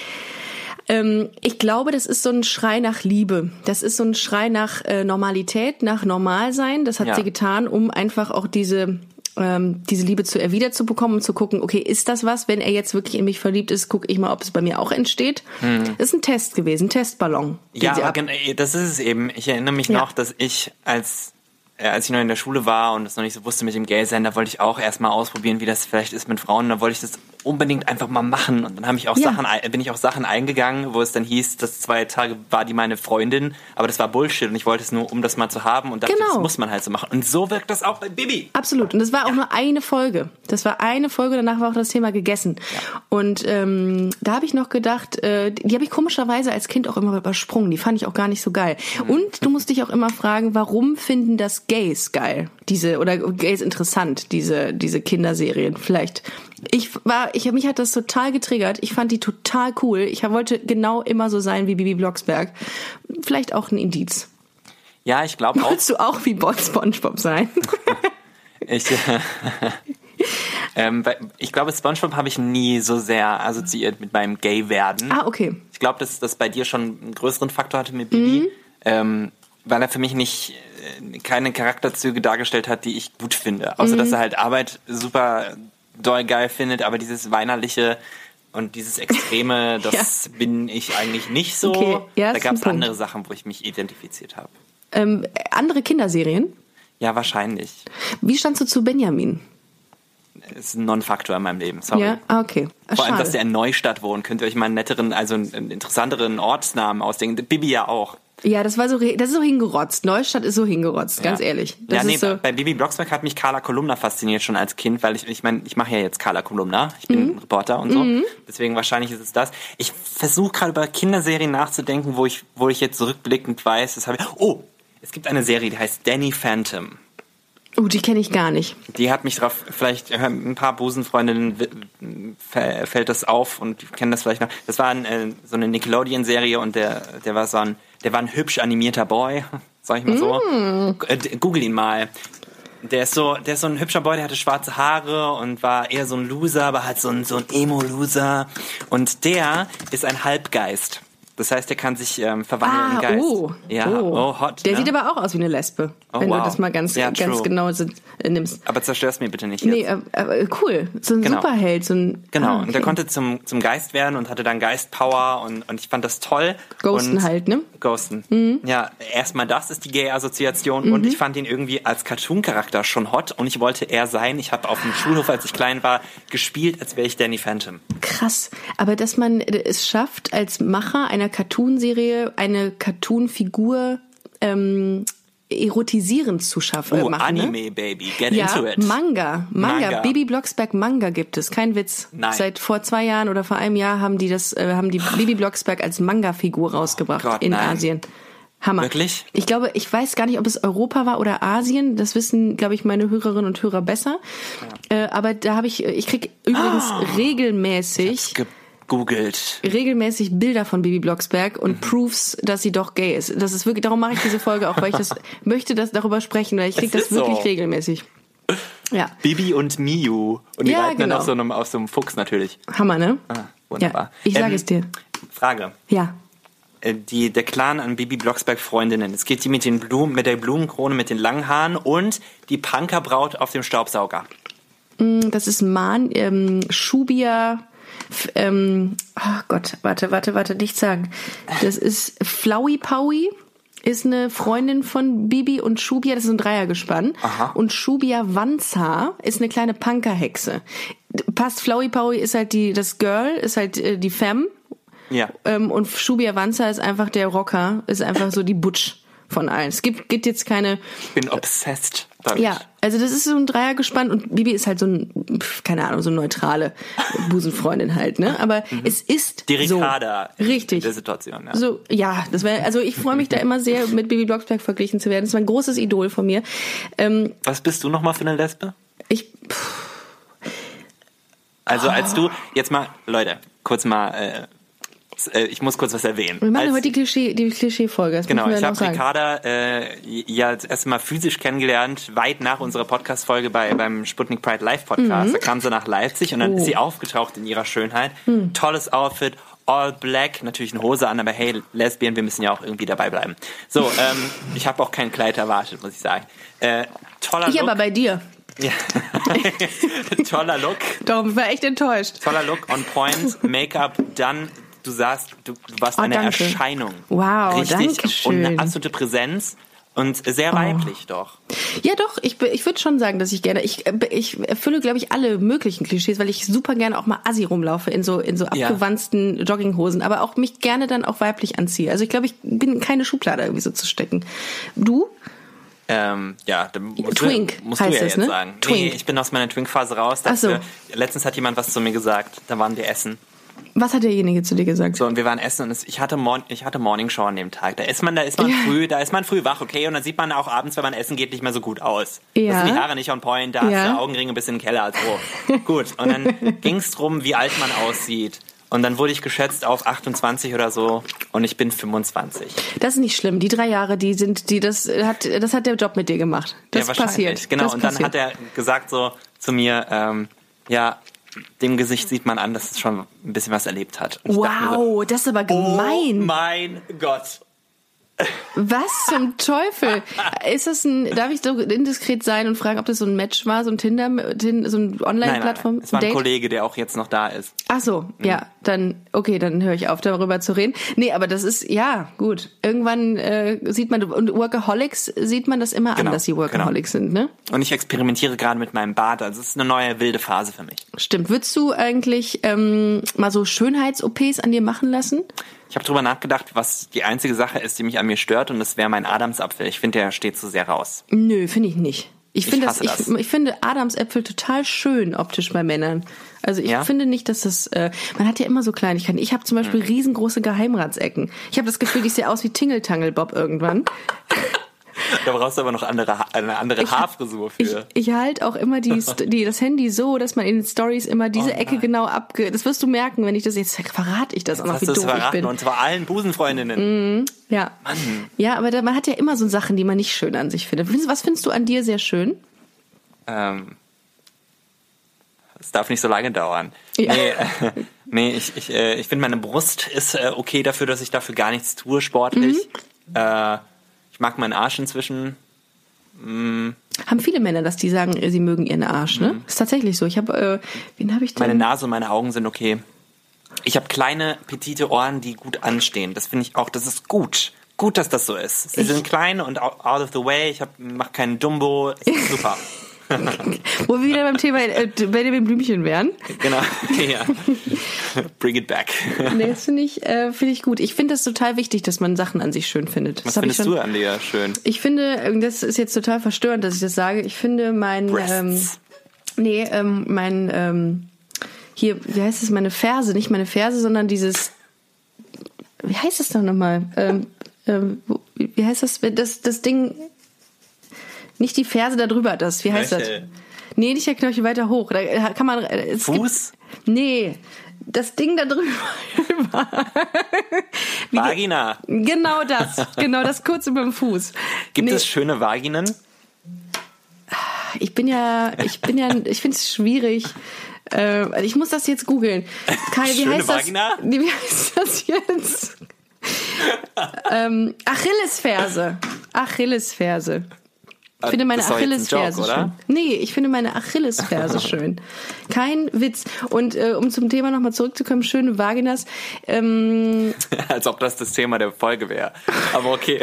Ähm, ich glaube, das ist so ein Schrei nach Liebe. Das ist so ein Schrei nach äh, Normalität, nach Normalsein. Das hat ja. sie getan, um einfach auch diese ähm, diese Liebe zu erwidert zu bekommen, um zu gucken, okay, ist das was? Wenn er jetzt wirklich in mich verliebt ist, gucke ich mal, ob es bei mir auch entsteht. Mhm. Das ist ein Test gewesen, ein Testballon. Ja, aber gen- das ist es eben. Ich erinnere mich ja. noch, dass ich als äh, als ich noch in der Schule war und das noch nicht so wusste mit dem Gay-Sein, da wollte ich auch erstmal ausprobieren, wie das vielleicht ist mit Frauen. Da wollte ich das unbedingt einfach mal machen. Und dann habe ich auch ja. Sachen, bin ich auch Sachen eingegangen, wo es dann hieß, dass zwei Tage war die meine Freundin, aber das war Bullshit und ich wollte es nur, um das mal zu haben und dachte, genau. das muss man halt so machen. Und so wirkt das auch bei Bibi. Absolut. Und das war auch ja. nur eine Folge. Das war eine Folge, danach war auch das Thema gegessen. Ja. Und ähm, da habe ich noch gedacht, äh, die habe ich komischerweise als Kind auch immer übersprungen. Die fand ich auch gar nicht so geil. Mhm. Und du musst dich auch immer fragen, warum finden das Gays geil? Diese, oder Gays interessant, diese, diese Kinderserien. Vielleicht. Ich war, ich, mich hat das total getriggert. Ich fand die total cool. Ich wollte genau immer so sein wie Bibi Blocksberg. Vielleicht auch ein Indiz. Ja, ich glaube auch. Wolltest du auch wie Bob SpongeBob sein? ich, äh, ähm, ich glaube, SpongeBob habe ich nie so sehr assoziiert mit meinem Gay-Werden. Ah, okay. Ich glaube, dass das bei dir schon einen größeren Faktor hatte mit Bibi. Mhm. Ähm, weil er für mich nicht keine Charakterzüge dargestellt hat, die ich gut finde. Außer, mhm. dass er halt Arbeit super doll geil findet, aber dieses Weinerliche und dieses Extreme, das ja. bin ich eigentlich nicht so. Okay. Ja, da gab es andere Sachen, wo ich mich identifiziert habe. Ähm, andere Kinderserien? Ja, wahrscheinlich. Wie standst du zu Benjamin? Das ist ein Non-Faktor in meinem Leben, sorry. Ja, okay. Ach, vor allem, schade. Dass der in Neustadt wohnt. Könnt ihr euch mal einen netteren, also einen interessanteren Ortsnamen ausdenken. Bibi ja auch. Ja, das war so, das ist so hingerotzt. Neustadt ist so hingerotzt, ganz ja. ehrlich. Das ja, nee, ist so bei Bibi Blocksberg hat mich Carla Kolumna fasziniert schon als Kind, weil ich, ich meine, ich mache ja jetzt Carla Kolumna, ich bin mhm. Reporter und so, mhm. deswegen wahrscheinlich ist es das. Ich versuche gerade über Kinderserien nachzudenken, wo ich, wo ich jetzt zurückblickend weiß, das habe ich, oh, es gibt eine Serie, die heißt Danny Phantom. Oh, die kenne ich gar nicht. Die hat mich drauf, vielleicht ein paar Busenfreundinnen fällt das auf und kennen das vielleicht noch. Das war ein, so eine Nickelodeon-Serie und der, der war so ein, der war ein hübsch animierter Boy, sag ich mal so. Mm. Google ihn mal. Der ist so, der ist so ein hübscher Boy, der hatte schwarze Haare und war eher so ein Loser, aber halt so ein, so ein Emo-Loser. Und der ist ein Halbgeist. Das heißt, der kann sich ähm, verwandeln ah, in Geist. Oh, ja, oh. oh hot. Der ne? sieht aber auch aus wie eine Lesbe, oh, wenn wow. du das mal ganz, ja, ganz genau so, äh, nimmst. Aber zerstörst mir bitte nicht jetzt. Nee, äh, äh, cool. So ein genau. Superheld. So ein, genau, ah, okay. Und der konnte zum, zum Geist werden und hatte dann Geistpower und, und ich fand das toll. Ghosten und halt, ne? Ghosten. Mhm. Ja, erstmal das ist die Gay-Assoziation mhm. und ich fand ihn irgendwie als Cartoon-Charakter schon hot und ich wollte er sein. Ich habe auf dem Schulhof, als ich klein war, gespielt, als wäre ich Danny Phantom. Krass. Aber dass man es schafft, als Macher einer Cartoonserie eine Cartoon-Figur ähm, erotisierend zu schaffen. Oh, machen, Anime, ne? Baby, get ja, into it. Manga, Manga, Manga. Bibi Blocksberg Manga gibt es, kein Witz. Nein. Seit vor zwei Jahren oder vor einem Jahr haben die das, äh, haben die Bibi Blocksberg als Manga-Figur rausgebracht oh Gott, in nein. Asien. Hammer. Wirklich? Ich glaube, ich weiß gar nicht, ob es Europa war oder Asien. Das wissen, glaube ich, meine Hörerinnen und Hörer besser. Ja. Äh, aber da habe ich, ich krieg übrigens oh. regelmäßig googelt. regelmäßig Bilder von Bibi Blocksberg und mhm. Proofs, dass sie doch gay ist. Das ist wirklich, darum mache ich diese Folge auch, weil ich das möchte, das darüber sprechen, weil ich kriege das wirklich so. regelmäßig. Ja. Bibi und Miu. Und die ja, reiten genau. dann auf so einem, auf so einem Fuchs natürlich. Hammer, ne? Ah, wunderbar. Ja, ich sage ähm, es dir. Frage. Ja. Die, der Clan an Bibi Blocksberg Freundinnen. Es geht die mit den Blumen, mit der Blumenkrone, mit den langen Haaren und die Punkerbraut auf dem Staubsauger. Das ist Man, ähm, Schubia, f- ähm, oh Gott, warte, warte, warte, nicht sagen. Das ist Flowey Powie, ist eine Freundin von Bibi und Schubia, das ist ein Dreiergespann. Aha. Und Schubia Wanza ist eine kleine Punkerhexe. Passt, Flowey Powie ist halt die, das Girl, ist halt äh, die Femme. Ja. Ähm, und Schubia Wanza ist einfach der Rocker, ist einfach so die Butch von allen. Es gibt, gibt jetzt keine... Ich bin obsessed damit. Ja, also das ist so ein Dreiergespann und Bibi ist halt so ein, keine Ahnung, so eine neutrale Busenfreundin halt, ne? Aber mhm. es ist die Ricarda so. Richtig. In der Situation, ja. So, ja, das wäre, also ich freue mich da immer sehr, mit Bibi Blocksberg verglichen zu werden. Das war ein großes Idol von mir. Ähm, Was bist du nochmal für eine Lesbe? Ich... Pff. Also als du, jetzt mal, Leute, kurz mal... Äh, Ich muss kurz was erwähnen. Wir machen Als, heute die Klischee, die Klischee-Folge. Genau, ich habe Ricarda äh, ja das erste Mal physisch kennengelernt, weit nach unserer Podcast-Folge bei, beim Sputnik Pride Live-Podcast. Mhm. Da kam sie nach Leipzig und dann oh. ist sie aufgetaucht in ihrer Schönheit. Mhm. Tolles Outfit, all black, natürlich eine Hose an, aber hey, Lesbien, wir müssen ja auch irgendwie dabei bleiben. So, ähm, ich habe auch kein Kleid erwartet, muss ich sagen. Äh, toller ich Look. aber bei dir. Ja. Toller Look. Darum war echt enttäuscht. Toller Look, on point, Make-up, dann... Du sahst, du, du warst oh, eine danke. Erscheinung. Wow, richtig. Danke schön. Und eine absolute Präsenz und sehr weiblich oh. doch. Ja doch, ich, ich würde schon sagen, dass ich gerne, ich, ich erfülle, glaube ich, alle möglichen Klischees, weil ich super gerne auch mal assi rumlaufe in so in so abgewanzten ja. Jogginghosen, aber auch mich gerne dann auch weiblich anziehe. Also ich glaube, ich bin in keine Schublade irgendwie so zu stecken. Du? Ähm, ja, da musst Twink du, musst heißt du ja es, jetzt ne? sagen. Twink. Nee, ich bin aus meiner Twink-Phase raus. Dafür, Ach so. Letztens hat jemand was zu mir gesagt, da waren wir essen. Was hat derjenige zu dir gesagt? So, und wir waren essen und es, ich hatte Morn, ich hatte Morning Show an dem Tag. Da ist man, da ist man ja. früh, da ist man früh wach, okay? Und dann sieht man auch abends, wenn man essen geht, nicht mehr so gut aus. Ja. Da sind die Haare nicht on point, da ja. hast du Augenringe ein bisschen im Keller. So. Gut. Und dann ging's drum, wie alt man aussieht. Und dann wurde ich geschätzt auf achtundzwanzig oder so und ich bin fünfundzwanzig. Das ist nicht schlimm. Die drei Jahre, die sind, die das hat, das hat der Job mit dir gemacht. Das ja, passiert. Genau. Das und passiert. dann hat er gesagt so zu mir, ähm, ja, dem Gesicht sieht man an, dass es schon ein bisschen was erlebt hat. Und wow, so, das ist aber gemein. Oh mein Gott. Was zum Teufel? Ist das ein, darf ich so indiskret sein und fragen, ob das so ein Match war, so ein Tinder, so ein Online-Plattform? Es war ein Kollege, der auch jetzt noch da ist. Ach so, mhm. ja, dann, okay, dann höre ich auf, darüber zu reden. Nee, aber das ist, ja, gut. Irgendwann äh, sieht man, und Workaholics sieht man das immer genau, an, dass sie Workaholics genau. sind, ne? Und ich experimentiere gerade mit meinem Bart, also es ist eine neue wilde Phase für mich. Stimmt. Würdest du eigentlich ähm, mal so Schönheits-O Ps an dir machen lassen? Ich habe drüber nachgedacht, was die einzige Sache ist, die mich an mir stört, und das wäre mein Adamsapfel. Ich finde, der steht zu sehr raus. Nö, finde ich nicht. Ich, ich, find das, das. ich, ich finde Adamsäpfel total schön optisch bei Männern. Also ich ja? finde nicht, dass das... Äh, man hat ja immer so Kleinigkeiten. Ich habe zum Beispiel hm. riesengroße Geheimratsecken. Ich habe das Gefühl, ich sehe aus wie Tingle-Tangle-Bob irgendwann. Da brauchst du aber noch andere, eine andere ich, Haarfrisur für. Ich, ich halte auch immer die, die, das Handy so, dass man in den Stories immer diese oh Ecke genau abge... Das wirst du merken, wenn ich das jetzt... Verrate ich das auch noch, wie doof ich bin. Und zwar allen Busenfreundinnen. Mm, ja. Mann. Ja, aber da, man hat ja immer so Sachen, die man nicht schön an sich findet. Was findest du an dir sehr schön? Ähm... Es darf nicht so lange dauern. Ja. Nee, äh, nee ich, ich, äh, ich finde, meine Brust ist äh, okay dafür, dass ich dafür gar nichts tue, sportlich. Mhm. Äh, ich mag meinen Arsch inzwischen. Mm. Haben viele Männer das, die sagen, sie mögen ihren Arsch, ne? Mhm. Ist tatsächlich so. Ich habe, äh, wen habe ich denn? Meine Nase und meine Augen sind okay. Ich habe kleine, petite Ohren, die gut anstehen. Das finde ich auch, das ist gut. Gut, dass das so ist. Sie ich sind klein und out of the way. Ich mache keinen Dumbo. Das ist super. Wo wir wieder beim Thema äh, Benjamin Blümchen wären. Genau, ja. Bring it back. Nee, das finde ich, äh, finde ich gut. Ich finde es total wichtig, dass man Sachen an sich schön findet. Was das findest ich schon, du an dir schön? Ich finde, das ist jetzt total verstörend, dass ich das sage, ich finde mein... Ähm, nee, ähm, mein... Ähm, hier, wie heißt es, meine Ferse, nicht meine Ferse, sondern dieses... Wie heißt das doch nochmal? Ähm, ähm, wie heißt das? Das, das Ding... Nicht die Ferse da drüber, das, wie heißt Knöchel. Das? Nee, nicht der Knöchel, weiter hoch. Da kann man, es Fuß? Gibt, nee, das Ding da drüber. Vagina. Genau das, genau das kurz über dem Fuß. Gibt nee. es schöne Vaginen? Ich bin ja, ich bin ja, ich finde es schwierig. Äh, ich muss das jetzt googeln. Kai, wie schöne heißt Vagina? Das? Wie heißt das jetzt? ähm, Achillesferse. Achillesferse. Ich finde meine Achillesferse schön. Nee, ich finde meine Achillesferse schön. Kein Witz. Und äh, um zum Thema nochmal zurückzukommen, schöne Vaginas. Ähm, Als ob das das Thema der Folge wäre. Aber okay.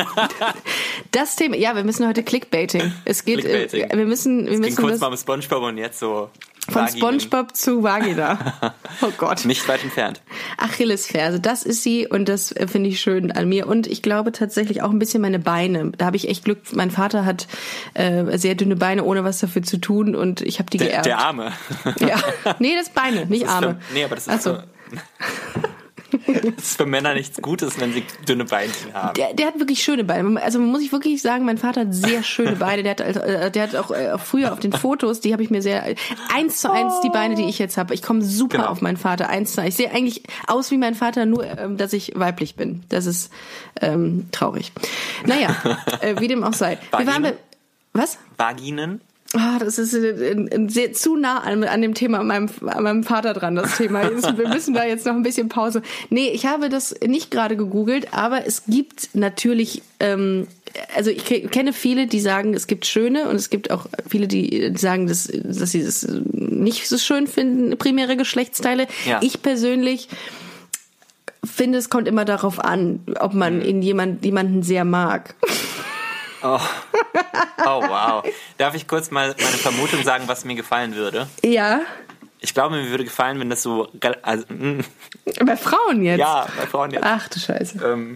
Das Thema, ja, wir müssen heute Clickbaiting. Es geht, Clickbaiting. Äh, wir müssen, wir es müssen ging kurz das, mal mit SpongeBob und jetzt so. Von Vaginen. SpongeBob zu Vagina. Oh Gott. Nicht weit entfernt. Achillesferse, das ist sie und das finde ich schön an mir. Und ich glaube tatsächlich auch ein bisschen meine Beine. Da habe ich echt Glück. Mein Vater hat äh, sehr dünne Beine, ohne was dafür zu tun, und ich habe die der, geerbt. Der Arme. Ja, nee, das Beine, nicht das Arme. Schlimm. Nee, aber das ist Ach so. so. dass es für Männer nichts Gutes, wenn sie dünne Beinchen haben. Der, der hat wirklich schöne Beine. Also muss ich wirklich sagen, mein Vater hat sehr schöne Beine. Der hat, also, der hat auch äh, früher auf den Fotos, die habe ich mir sehr, eins zu eins die Beine, die ich jetzt habe. Ich komme super genau. auf meinen Vater, eins zu eins. Ich sehe eigentlich aus wie mein Vater, nur, ähm, dass ich weiblich bin. Das ist ähm, traurig. Naja, äh, wie dem auch sei. Wir waren bei, was? Vaginen? Ah, das ist äh, äh, sehr, zu nah an, an dem Thema an meinem, an meinem Vater dran, das Thema. Wir müssen da jetzt noch ein bisschen Pause. Nee, ich habe das nicht gerade gegoogelt, aber es gibt natürlich, ähm, also ich kenne viele, die sagen, es gibt schöne und es gibt auch viele, die sagen, dass, dass sie das nicht so schön finden, primäre Geschlechtsteile. Ja. Ich persönlich finde, es kommt immer darauf an, ob man in jemand, jemanden sehr mag. Oh. oh, wow. Darf ich kurz mal meine Vermutung sagen, was mir gefallen würde? Ja. Ich glaube, mir würde gefallen, wenn das so... Also, bei Frauen jetzt? Ja, bei Frauen jetzt. Ach du Scheiße. Ähm.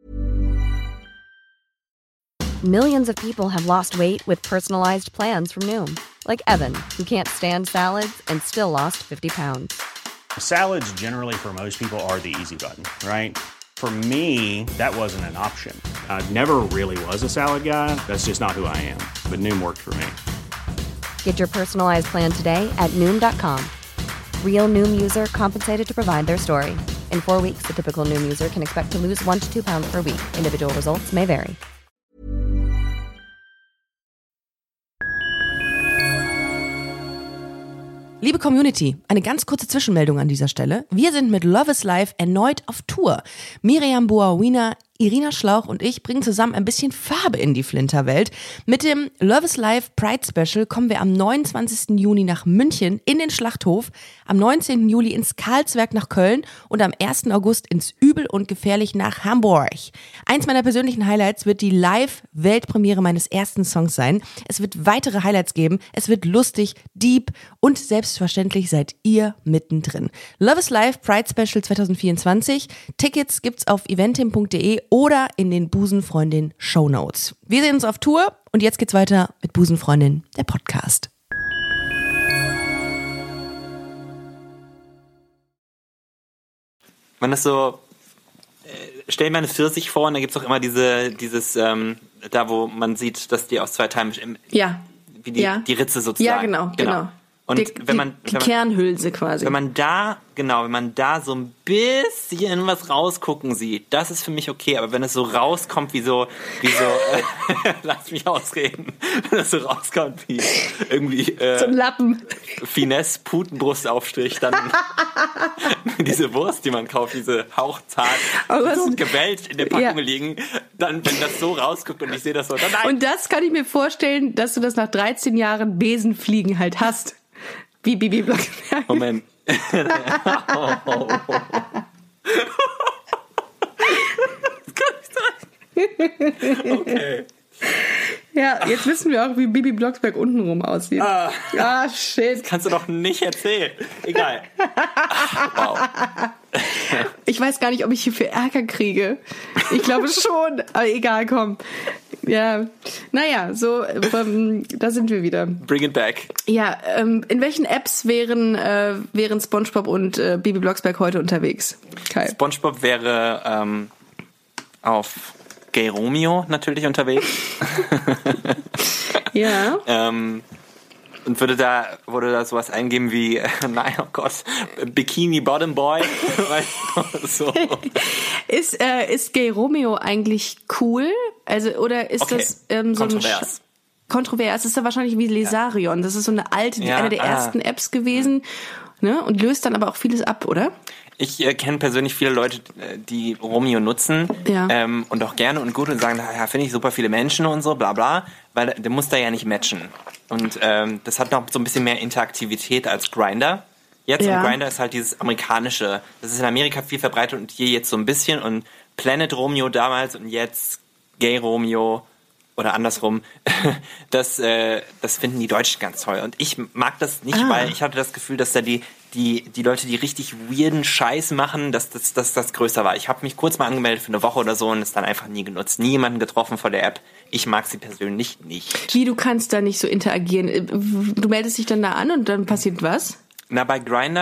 Millions of people have lost weight with personalized plans from Noom. Like Evan, who can't stand salads and still lost fifty pounds. Salads generally for most people are the easy button, right? For me, that wasn't an option. I never really was a salad guy. That's just not who I am. But Noom worked for me. Get your personalized plan today at Noom dot com. Real Noom user compensated to provide their story. In four weeks, the typical Noom user can expect to lose one to two pounds per week. Individual results may vary. Liebe Community, eine ganz kurze Zwischenmeldung an dieser Stelle. Wir sind mit Love is Life erneut auf Tour. Miriam Boa-Wiener, Irina Schlauch und ich bringen zusammen ein bisschen Farbe in die Flinterwelt. Mit dem Love is Life Pride Special kommen wir am neunundzwanzigsten Juni nach München in den Schlachthof, am neunzehnten Juli ins Karlswerk nach Köln und am ersten August ins Übel und Gefährlich nach Hamburg. Eins meiner persönlichen Highlights wird die Live-Weltpremiere meines ersten Songs sein. Es wird weitere Highlights geben. Es wird lustig, deep und selbstverständlich seid ihr mittendrin. Love is Life Pride Special zwanzig vierundzwanzig. Tickets gibt's auf eventim punkt de oder in den Busenfreundin Shownotes. Wir sehen uns auf Tour und jetzt geht's weiter mit Busenfreundin, der Podcast. Wenn das so, äh, stell dir mal eine Pfirsich vor und da gibt's auch immer diese, dieses, ähm, da wo man sieht, dass die aus zwei Teilen, im, ja. wie die, ja. die Ritze sozusagen. Ja, genau, genau. genau. Und die, wenn man, die, wenn man, Kernhülse quasi. Wenn man da, genau, wenn man da so ein bisschen was rausgucken sieht, das ist für mich okay. Aber wenn es so rauskommt wie so, wie so, äh, lass mich ausreden, wenn es so rauskommt wie irgendwie äh, so ein Lappen. Finesse Putenbrustaufstrich, dann diese Wurst, die man kauft, diese hauchzart, oh, so gewellt in der Packung ja. liegen, dann, wenn das so rausguckt und ich sehe das so, dann nein. Und das kann ich mir vorstellen, dass du das nach dreizehn Jahren Besenfliegen halt hast. Wie Bibi Blocksberg. Moment. oh, oh, oh. Das kann nicht sein. Okay. Ja, jetzt wissen wir auch, wie Bibi Blocksberg untenrum aussieht. Ah, ah shit. Das kannst du doch nicht erzählen. Egal. Wow. Ich weiß gar nicht, ob ich hier für Ärger kriege. Ich glaube schon, aber egal, komm. Ja, naja, so, ähm, da sind wir wieder. Bring it back. Ja, ähm, in welchen Apps wären, äh, wären SpongeBob und äh, Bibi Blocksberg heute unterwegs? Kai. SpongeBob wäre ähm, auf Gay Romeo natürlich unterwegs. Ja. ähm, und würde da, würde da sowas eingeben wie, äh, nein, oh Gott, Bikini Bottom Boy. so. Ist, äh, ist Gay Romeo eigentlich cool? Also, oder ist okay. das ähm, so kontrovers. ein Sch- kontrovers? Das ist ja wahrscheinlich wie Lesarion. Das ist so eine alte, ja, eine der ah. ersten Apps gewesen, ne? Und löst dann aber auch vieles ab, oder? Ich äh, kenne persönlich viele Leute, die Romeo nutzen ja. ähm, und auch gerne und gut und sagen, ja, finde ich super viele Menschen und so, bla bla, weil der muss da ja nicht matchen. Und ähm, das hat noch so ein bisschen mehr Interaktivität als Grindr. Jetzt ja. und Grindr ist halt dieses amerikanische, das ist in Amerika viel verbreitet und hier jetzt so ein bisschen und Planet Romeo damals und jetzt Gay Romeo oder andersrum, das, äh, das finden die Deutschen ganz toll. Und ich mag das nicht, ah. weil ich hatte das Gefühl, dass da die, die, die Leute, die richtig weirden Scheiß machen, dass das, dass das größer war. Ich habe mich kurz mal angemeldet für eine Woche oder so und es dann einfach nie genutzt. Nie jemanden getroffen vor der App. Ich mag sie persönlich nicht. Wie, du kannst da nicht so interagieren? Du meldest dich dann da an und dann passiert was? Na, bei Grindr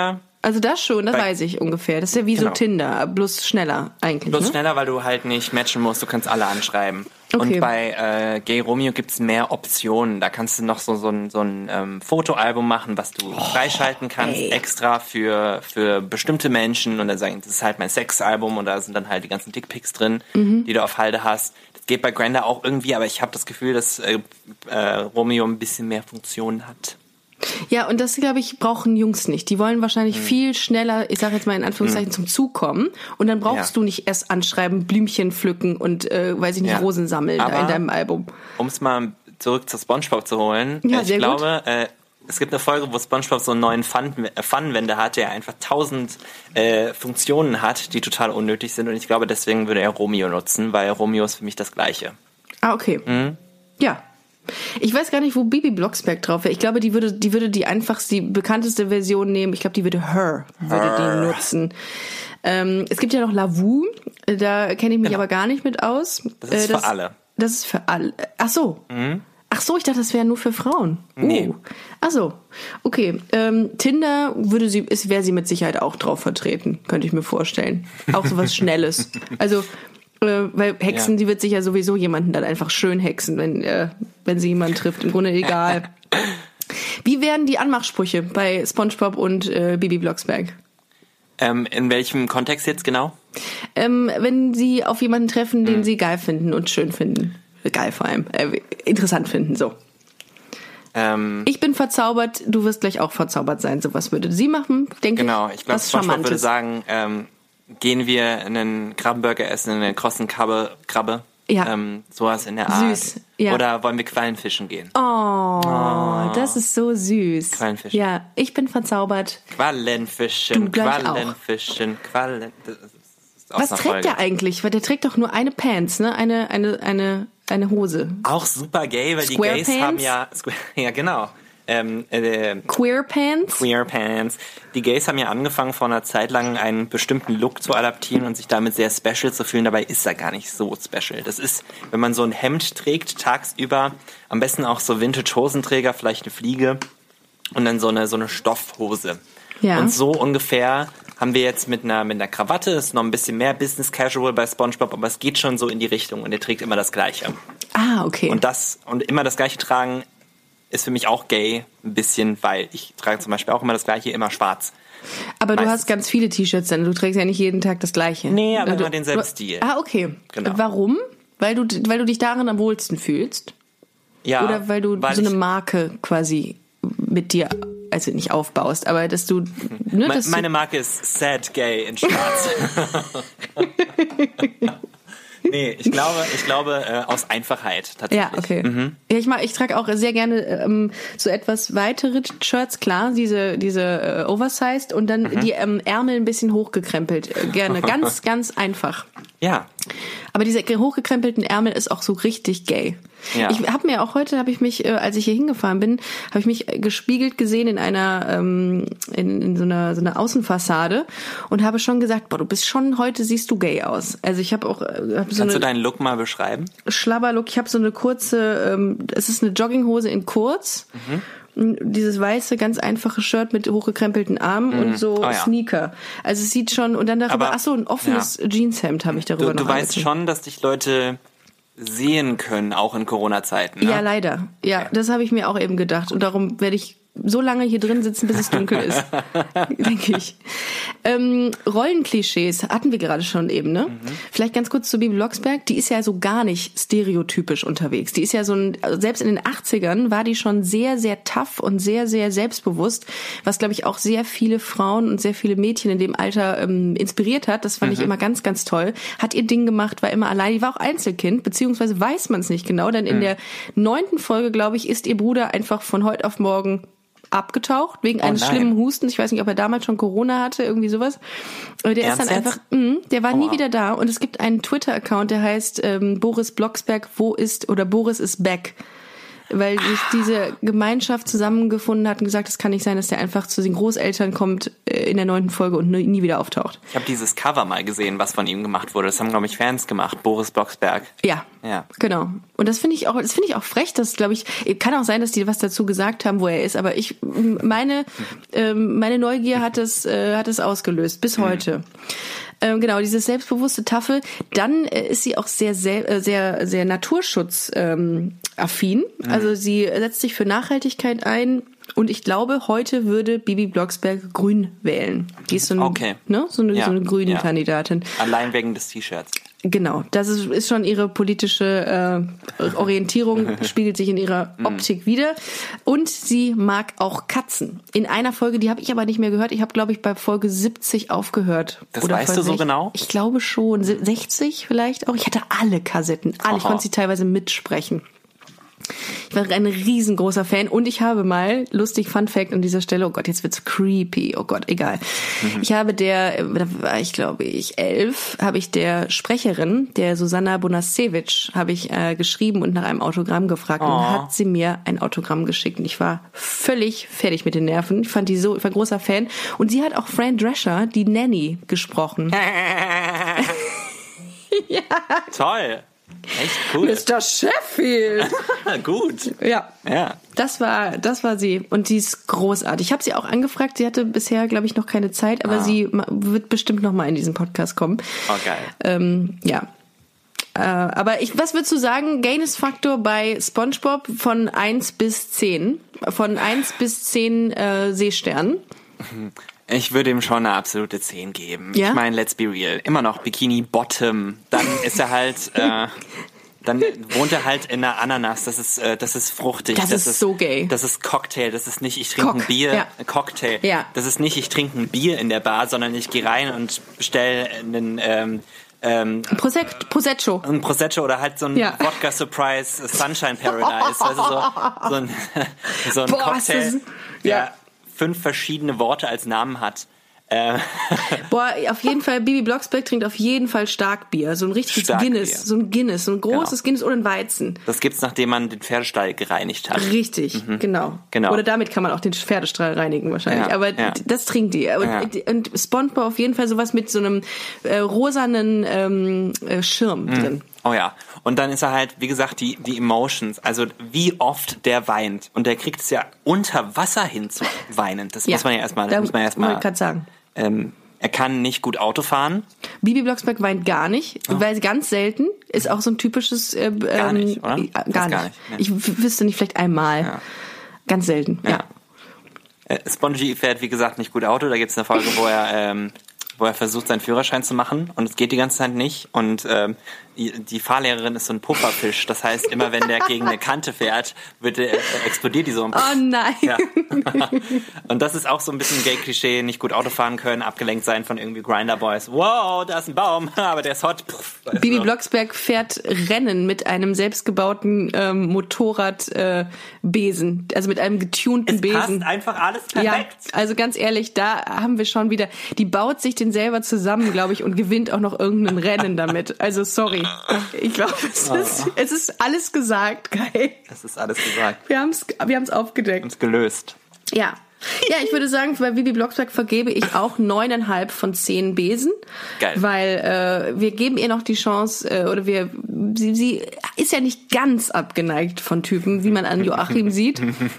Also das schon, das Bei, weiß ich ungefähr. Das ist ja wie genau. so Tinder, bloß schneller eigentlich. Bloß ne? schneller, weil du halt nicht matchen musst, du kannst alle anschreiben. Okay. Und bei äh, Gay Romeo gibt's mehr Optionen. Da kannst du noch so, so ein, so ein ähm, Fotoalbum machen, was du oh, freischalten kannst, ey. extra für, für bestimmte Menschen. Und dann sagen, das ist halt mein Sexalbum und da sind dann halt die ganzen Dickpics drin, mhm. die du auf Halde hast. Das geht bei Grindr auch irgendwie, aber ich habe das Gefühl, dass äh, äh, Romeo ein bisschen mehr Funktionen hat. Ja, und das, glaube ich, brauchen Jungs nicht. Die wollen wahrscheinlich hm. viel schneller, ich sage jetzt mal in Anführungszeichen, hm. zum Zug kommen. Und dann brauchst ja. du nicht erst anschreiben, Blümchen pflücken und, äh, weiß ich nicht, ja. Rosen sammeln Aber in deinem Album. Um es mal zurück zu SpongeBob zu holen. Ja, ich sehr glaube, gut. Äh, es gibt eine Folge, wo SpongeBob so einen neuen Fun-Wender hat, der einfach tausend äh, Funktionen hat, die total unnötig sind. Und ich glaube, deswegen würde er Romeo nutzen, weil Romeo ist für mich das Gleiche. Ah, okay. Mhm. Ja. Ich weiß gar nicht, wo Bibi Blocksberg drauf wäre. Ich glaube, die würde, die würde die einfachste, die bekannteste Version nehmen. Ich glaube, die würde Her, würde Her. die nutzen. Ähm, es gibt ja noch Lavu, da kenne ich mich genau. aber gar nicht mit aus. Das ist äh, das, für alle. Das ist für alle. Ach so. Mhm. Ach so, ich dachte, das wäre nur für Frauen. Nee. Uh. Ach so. Okay. Ähm, Tinder würde sie, ist, wäre sie mit Sicherheit auch drauf vertreten, könnte ich mir vorstellen. Auch so was Schnelles. Also, Äh, weil Hexen, ja. die wird sich ja sowieso jemanden dann einfach schön hexen, wenn, äh, wenn sie jemanden trifft. Im Grunde egal. Wie wären die Anmachsprüche bei SpongeBob und äh, Bibi Blocksberg? Ähm, in welchem Kontext jetzt genau? Ähm, wenn sie auf jemanden treffen, den hm. sie geil finden und schön finden. Geil vor allem. Äh, interessant finden, so. Ähm, ich bin verzaubert, du wirst gleich auch verzaubert sein. So was würde sie machen, denke ich. Genau, ich glaube, SpongeBob würde sagen, ähm, gehen wir einen Krabbenburger essen, in eine krossen Krabbe, Krabbe. Ja. Ähm, sowas in der Art. Süß, ja. Oder wollen wir Quallenfischen gehen? Oh, oh, das ist so süß. Quallenfischen. Ja, ich bin verzaubert. Quallenfischen, Quallenfischen, Quallen... Das ist Was trägt Folge. der eigentlich? Weil der trägt doch nur eine Pants, ne? Eine, eine, eine, eine Hose. Auch super gay, weil Square die Gays Pants? haben ja... Ja, genau. Ähm, äh, Queer Pants? Queer Pants. Die Gays haben ja angefangen, vor einer Zeit lang einen bestimmten Look zu adaptieren und sich damit sehr special zu fühlen. Dabei ist er gar nicht so special. Das ist, wenn man so ein Hemd trägt, tagsüber, am besten auch so Vintage-Hosenträger, vielleicht eine Fliege und dann so eine, so eine Stoffhose. Ja. Und so ungefähr haben wir jetzt mit einer, mit einer Krawatte, ist noch ein bisschen mehr Business Casual bei SpongeBob, aber es geht schon so in die Richtung und er trägt immer das Gleiche. Ah, okay. Und das, und immer das Gleiche tragen ist für mich auch gay, ein bisschen, weil ich trage zum Beispiel auch immer das Gleiche, immer schwarz. Aber Meistens. Du hast ganz viele T-Shirts, denn du trägst ja nicht jeden Tag das Gleiche. Nee, aber du, immer denselben du, Stil. Ah, okay. Genau. Warum? Weil du, weil du dich darin am wohlsten fühlst? Ja. Oder weil du weil so eine Marke quasi mit dir, also nicht aufbaust, aber dass du... Ne, dass meine du Marke ist Sad Gay in schwarz. Nee, ich glaube, ich glaube äh, aus Einfachheit tatsächlich. Ja, okay. Mhm. Ja, ich mag, ich trage auch sehr gerne ähm, so etwas weitere Shirts, klar, diese diese äh, oversized und dann mhm. die ähm, Ärmel ein bisschen hochgekrempelt, äh, gerne ganz ganz einfach. Ja. Aber diese hochgekrempelten Ärmel ist auch so richtig gay. Ja. Ich habe mir auch heute, habe ich mich, äh, als ich hier hingefahren bin, habe ich mich gespiegelt gesehen in einer, ähm, in, in so einer so einer Außenfassade und habe schon gesagt, boah, du bist schon, heute siehst du gay aus. Also ich habe auch äh, hab so Kannst eine du deinen Look mal beschreiben? Schlabberlook. Ich habe so eine kurze, ähm, es ist eine Jogginghose in kurz. Mhm. Dieses weiße, ganz einfache Shirt mit hochgekrempelten Armen mm. und so oh, ja. Sneaker. Also es sieht schon, und dann darüber, ach so, ein offenes ja. Jeanshemd habe ich darüber du, noch. Du weißt schon, dass dich Leute sehen können, auch in Corona-Zeiten, ne? Ja, leider. Ja, okay. Das habe ich mir auch eben gedacht. Und darum werde ich so lange hier drin sitzen, bis es dunkel ist, denke ich. Ähm, Rollenklischees hatten wir gerade schon eben, ne? Mhm. Vielleicht ganz kurz zu Bibi Blocksberg. Die ist ja so gar nicht stereotypisch unterwegs. Die ist ja so ein, also selbst in den achtzigern war die schon sehr, sehr tough und sehr, sehr selbstbewusst, was, glaube ich, auch sehr viele Frauen und sehr viele Mädchen in dem Alter ähm, inspiriert hat. Das fand mhm. ich immer ganz, ganz toll. Hat ihr Ding gemacht, war immer allein. Die war auch Einzelkind, beziehungsweise weiß man es nicht genau, denn in mhm. der neunten Folge, glaube ich, ist ihr Bruder einfach von heute auf morgen abgetaucht, wegen eines oh schlimmen Hustens. Ich weiß nicht, ob er damals schon Corona hatte, irgendwie sowas. Der Ernst ist dann einfach, mh, der war oh. nie wieder da. Und es gibt einen Twitter-Account, der heißt ähm, Boris Blocksberg, wo ist, oder Boris is back. Weil sich diese Gemeinschaft zusammengefunden hat und gesagt, es kann nicht sein, dass der einfach zu den Großeltern kommt, in der neunten Folge und nie wieder auftaucht. Ich habe dieses Cover mal gesehen, was von ihm gemacht wurde. Das haben, glaube ich, Fans gemacht. Boris Blocksberg. Ja, ja. Genau. Und das finde ich auch, das finde ich auch frech, dass, glaube ich, kann auch sein, dass die was dazu gesagt haben, wo er ist, aber ich, meine, ähm, meine Neugier hat es, äh, hat es ausgelöst, bis heute. Mhm. Ähm, genau, dieses selbstbewusste Tafel. Dann äh, ist sie auch sehr, sehr, sehr, sehr Naturschutz ähm, affin. Mhm. Also sie setzt sich für Nachhaltigkeit ein. Und ich glaube, heute würde Bibi Blocksberg grün wählen. Die ist so, ein, okay. ne, so eine, ja. so eine grüne ja. Kandidatin. Allein wegen des T-Shirts. Genau, das ist, ist schon ihre politische äh, Orientierung, spiegelt sich in ihrer Optik wieder. Und sie mag auch Katzen. In einer Folge, die habe ich aber nicht mehr gehört. Ich habe, glaube ich, bei Folge siebzig aufgehört. Das Oder weißt du so genau? Ich glaube schon. sechzig vielleicht auch. Ich hatte alle Kassetten. Alle. Aha. Ich konnte sie teilweise mitsprechen. Ich war ein riesengroßer Fan und ich habe mal, lustig Fun Fact an dieser Stelle, oh Gott, jetzt wird's creepy, oh Gott, egal. Mhm. Ich habe der, da war ich glaube ich elf, habe ich der Sprecherin, der Susanna Bonasewicz, habe ich äh, geschrieben und nach einem Autogramm gefragt oh. und hat sie mir ein Autogramm geschickt und ich war völlig fertig mit den Nerven. Ich fand die so, ich war großer Fan und sie hat auch Fran Drescher, die Nanny, gesprochen. Ja. Toll. Echt cool. Mister Sheffield. Gut. Ja. Ja. Das war, das war sie. Und sie ist großartig. Ich habe sie auch angefragt. Sie hatte bisher, glaube ich, noch keine Zeit, aber ah. sie wird bestimmt noch mal in diesen Podcast kommen. Oh, geil. Ähm, ja. Äh, aber ich, was würdest du sagen? Gaines-Faktor bei SpongeBob von eins bis zehn? Von eins bis zehn äh, Seesternen? Ich würde ihm schon eine absolute zehn geben. Ja? Ich meine, let's be real. Immer noch Bikini Bottom. Dann ist er halt, äh, dann wohnt er halt in einer Ananas. Das ist, äh, das ist fruchtig. Das, das ist, ist so gay. Das ist Cocktail. Das ist nicht, ich trinke Cock. ein Bier. Ja. Cocktail. Ja. Das ist nicht, ich trinke ein Bier in der Bar, sondern ich gehe rein und bestelle einen, ähm, ähm, Prosecco, Prosecco. Ein Prosecco oder halt so ein ja. Vodka Surprise Sunshine Paradise. Also so, so ein, so ein Boah, Cocktail. ist, ja. ja. fünf verschiedene Worte als Namen hat. Äh. Boah, auf jeden Fall, Bibi Blocksberg trinkt auf jeden Fall Starkbier. So ein richtiges Starkbier. Guinness. So ein Guinness, so ein großes genau. Guinness oder ein Weizen. Das gibt's, nachdem man den Pferdestall gereinigt hat. Richtig, mhm. genau. genau. Oder damit kann man auch den Pferdestall reinigen wahrscheinlich. Ja, Aber ja. das trinkt die. Und, ja. und SpongeBob auf jeden Fall sowas mit so einem äh, rosanen ähm, äh, Schirm mhm. drin. Oh ja. Und dann ist er halt, wie gesagt, die, die Emotions. Also wie oft der weint. Und der kriegt es ja unter Wasser hin zu weinen. Das ja. muss man ja erstmal, das da muss man erstmal. Wollte ich gerade sagen. Ähm, er kann nicht gut Auto fahren. Bibi Blocksberg weint gar nicht, oh. weil ganz selten ist auch so ein typisches äh, gar nicht, oder? Äh, gar, gar nicht. Nee. Ich w- wüsste nicht, vielleicht einmal. Ja. Ganz selten, ja. ja. Äh, Spongy fährt, wie gesagt, nicht gut Auto. Da gibt's eine Folge, wo er, ähm, wo er versucht, seinen Führerschein zu machen und es geht die ganze Zeit nicht. Und ähm, die, die Fahrlehrerin ist so ein Pufferfisch. Das heißt, immer wenn der gegen eine Kante fährt, wird der, explodiert die so. Oh nein. Ja. Und das ist auch so ein bisschen Gay-Klischee, nicht gut Auto fahren können, abgelenkt sein von irgendwie Grinder-Boys. Wow, da ist ein Baum, aber der ist hot. Puff, Bibi so. Blocksberg fährt Rennen mit einem selbstgebauten ähm, Motorradbesen, äh, also mit einem getunten es Besen. Passt einfach alles perfekt. Ja, also ganz ehrlich, da haben wir schon wieder, die baut sich den selber zusammen, glaube ich, und gewinnt auch noch irgendein Rennen damit. Also sorry. Ich glaube, es ist, es ist alles gesagt, Kai. Es ist alles gesagt. Wir haben es wir haben's aufgedeckt. Wir haben es gelöst. Ja. Ja, ich würde sagen, bei Bibi Blocksberg vergebe ich auch neuneinhalb von zehn Besen. Geil. Weil äh, wir geben ihr noch die Chance, äh, oder wir, sie, sie ist ja nicht ganz abgeneigt von Typen, wie man an Joachim sieht.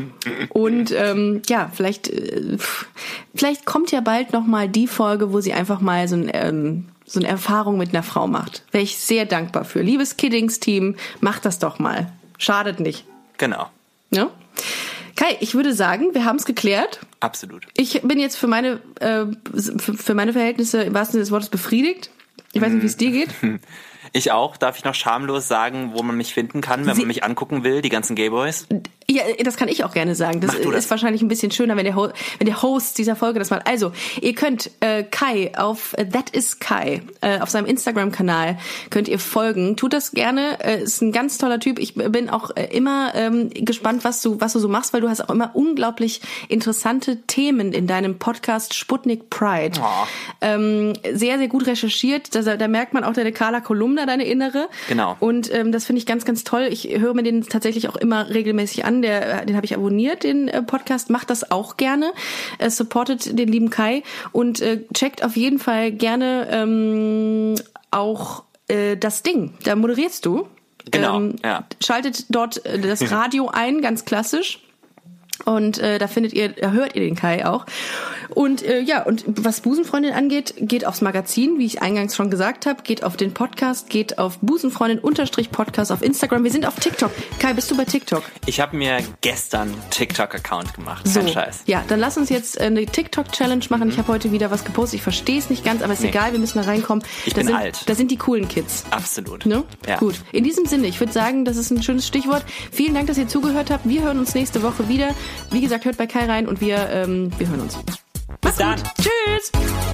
Und ähm, ja, vielleicht, äh, vielleicht kommt ja bald noch mal die Folge, wo sie einfach mal so ein ähm, so eine Erfahrung mit einer Frau macht. Wäre ich sehr dankbar für. Liebes Kiddings-Team, macht das doch mal. Schadet nicht. Genau. Ja? Kai, ich würde sagen, wir haben es geklärt. Absolut. Ich bin jetzt für meine, äh, für meine Verhältnisse im wahrsten Sinne des Wortes befriedigt. Ich weiß nicht, wie es dir geht. Ich auch. Darf ich noch schamlos sagen, wo man mich finden kann, wenn Sie- man mich angucken will, die ganzen Gayboys? Ja, das kann ich auch gerne sagen. Das, das ist wahrscheinlich ein bisschen schöner, wenn der, Ho- wenn der Host dieser Folge das macht. Also, ihr könnt äh, Kai auf äh, That is Kai, äh, auf seinem Instagram-Kanal, könnt ihr folgen. Tut das gerne. Äh, ist ein ganz toller Typ. Ich bin auch äh, immer ähm, gespannt, was du, was du so machst, weil du hast auch immer unglaublich interessante Themen in deinem Podcast Sputnik Pride. Oh. Ähm, sehr, sehr gut recherchiert. Da, da merkt man auch deine Carla Kolumna, deine innere. Genau. Und ähm, das finde ich ganz, ganz toll. Ich höre mir den tatsächlich auch immer regelmäßig an. der, den habe ich abonniert, den äh, Podcast. Macht das auch gerne. Äh, supportet den lieben Kai und äh, checkt auf jeden Fall gerne ähm, auch äh, das Ding. Da moderierst du. Genau, ähm, ja. Schaltet dort äh, das Radio ein, ganz klassisch. Und äh, da findet ihr, da hört ihr den Kai auch. Und äh, ja, und was Busenfreundin angeht, geht aufs Magazin, wie ich eingangs schon gesagt habe, geht auf den Podcast, geht auf Busenfreundin-Podcast auf Instagram. Wir sind auf TikTok. Kai, bist du bei TikTok? Ich habe mir gestern TikTok-Account gemacht. So, Kein Scheiß. ja, dann lass uns jetzt eine TikTok-Challenge machen. Mhm. Ich habe heute wieder was gepostet. Ich verstehe es nicht ganz, aber ist nee. egal, wir müssen da reinkommen. Ich da bin sind, alt. Da sind die coolen Kids. Absolut. Ne? Ja. Gut. In diesem Sinne, ich würde sagen, das ist ein schönes Stichwort. Vielen Dank, dass ihr zugehört habt. Wir hören uns nächste Woche wieder. Wie gesagt, hört bei Kai rein und wir, ähm, wir hören uns. Bis dann. Tschüss.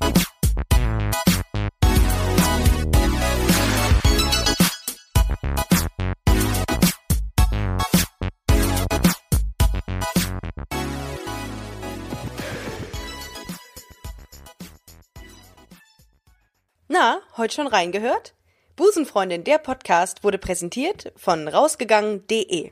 Na, heute schon reingehört? Busenfreundin, der Podcast wurde präsentiert von rausgegangen punkt de.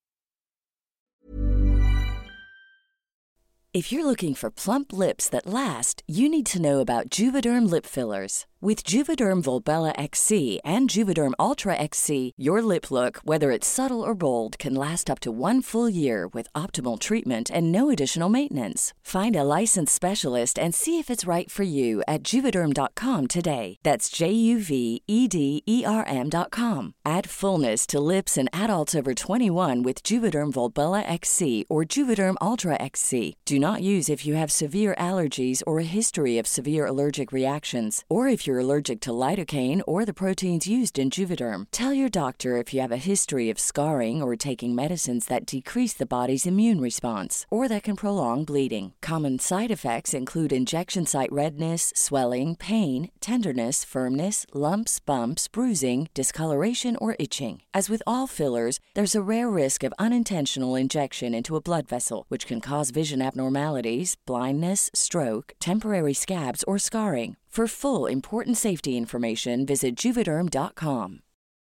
If you're looking for plump lips that last, you need to know about Juvederm lip fillers. With Juvederm Volbella X C and Juvederm Ultra X C, your lip look, whether it's subtle or bold, can last up to one full year with optimal treatment and no additional maintenance. Find a licensed specialist and see if it's right for you at Juvederm dot com today. That's J U V E D E R M dot com. Add fullness to lips in adults over twenty-one with Juvederm Volbella X C or Juvederm Ultra X C. Do not use if you have severe allergies or a history of severe allergic reactions, or if you're allergic to lidocaine or the proteins used in Juvederm. Tell your doctor if you have a history of scarring or taking medicines that decrease the body's immune response or that can prolong bleeding. Common side effects include injection site redness, swelling, pain, tenderness, firmness, lumps, bumps, bruising, discoloration, or itching. As with all fillers, there's a rare risk of unintentional injection into a blood vessel, which can cause vision abnormalities, blindness, stroke, temporary scabs, or scarring. For full, important safety information, visit Juvederm dot com.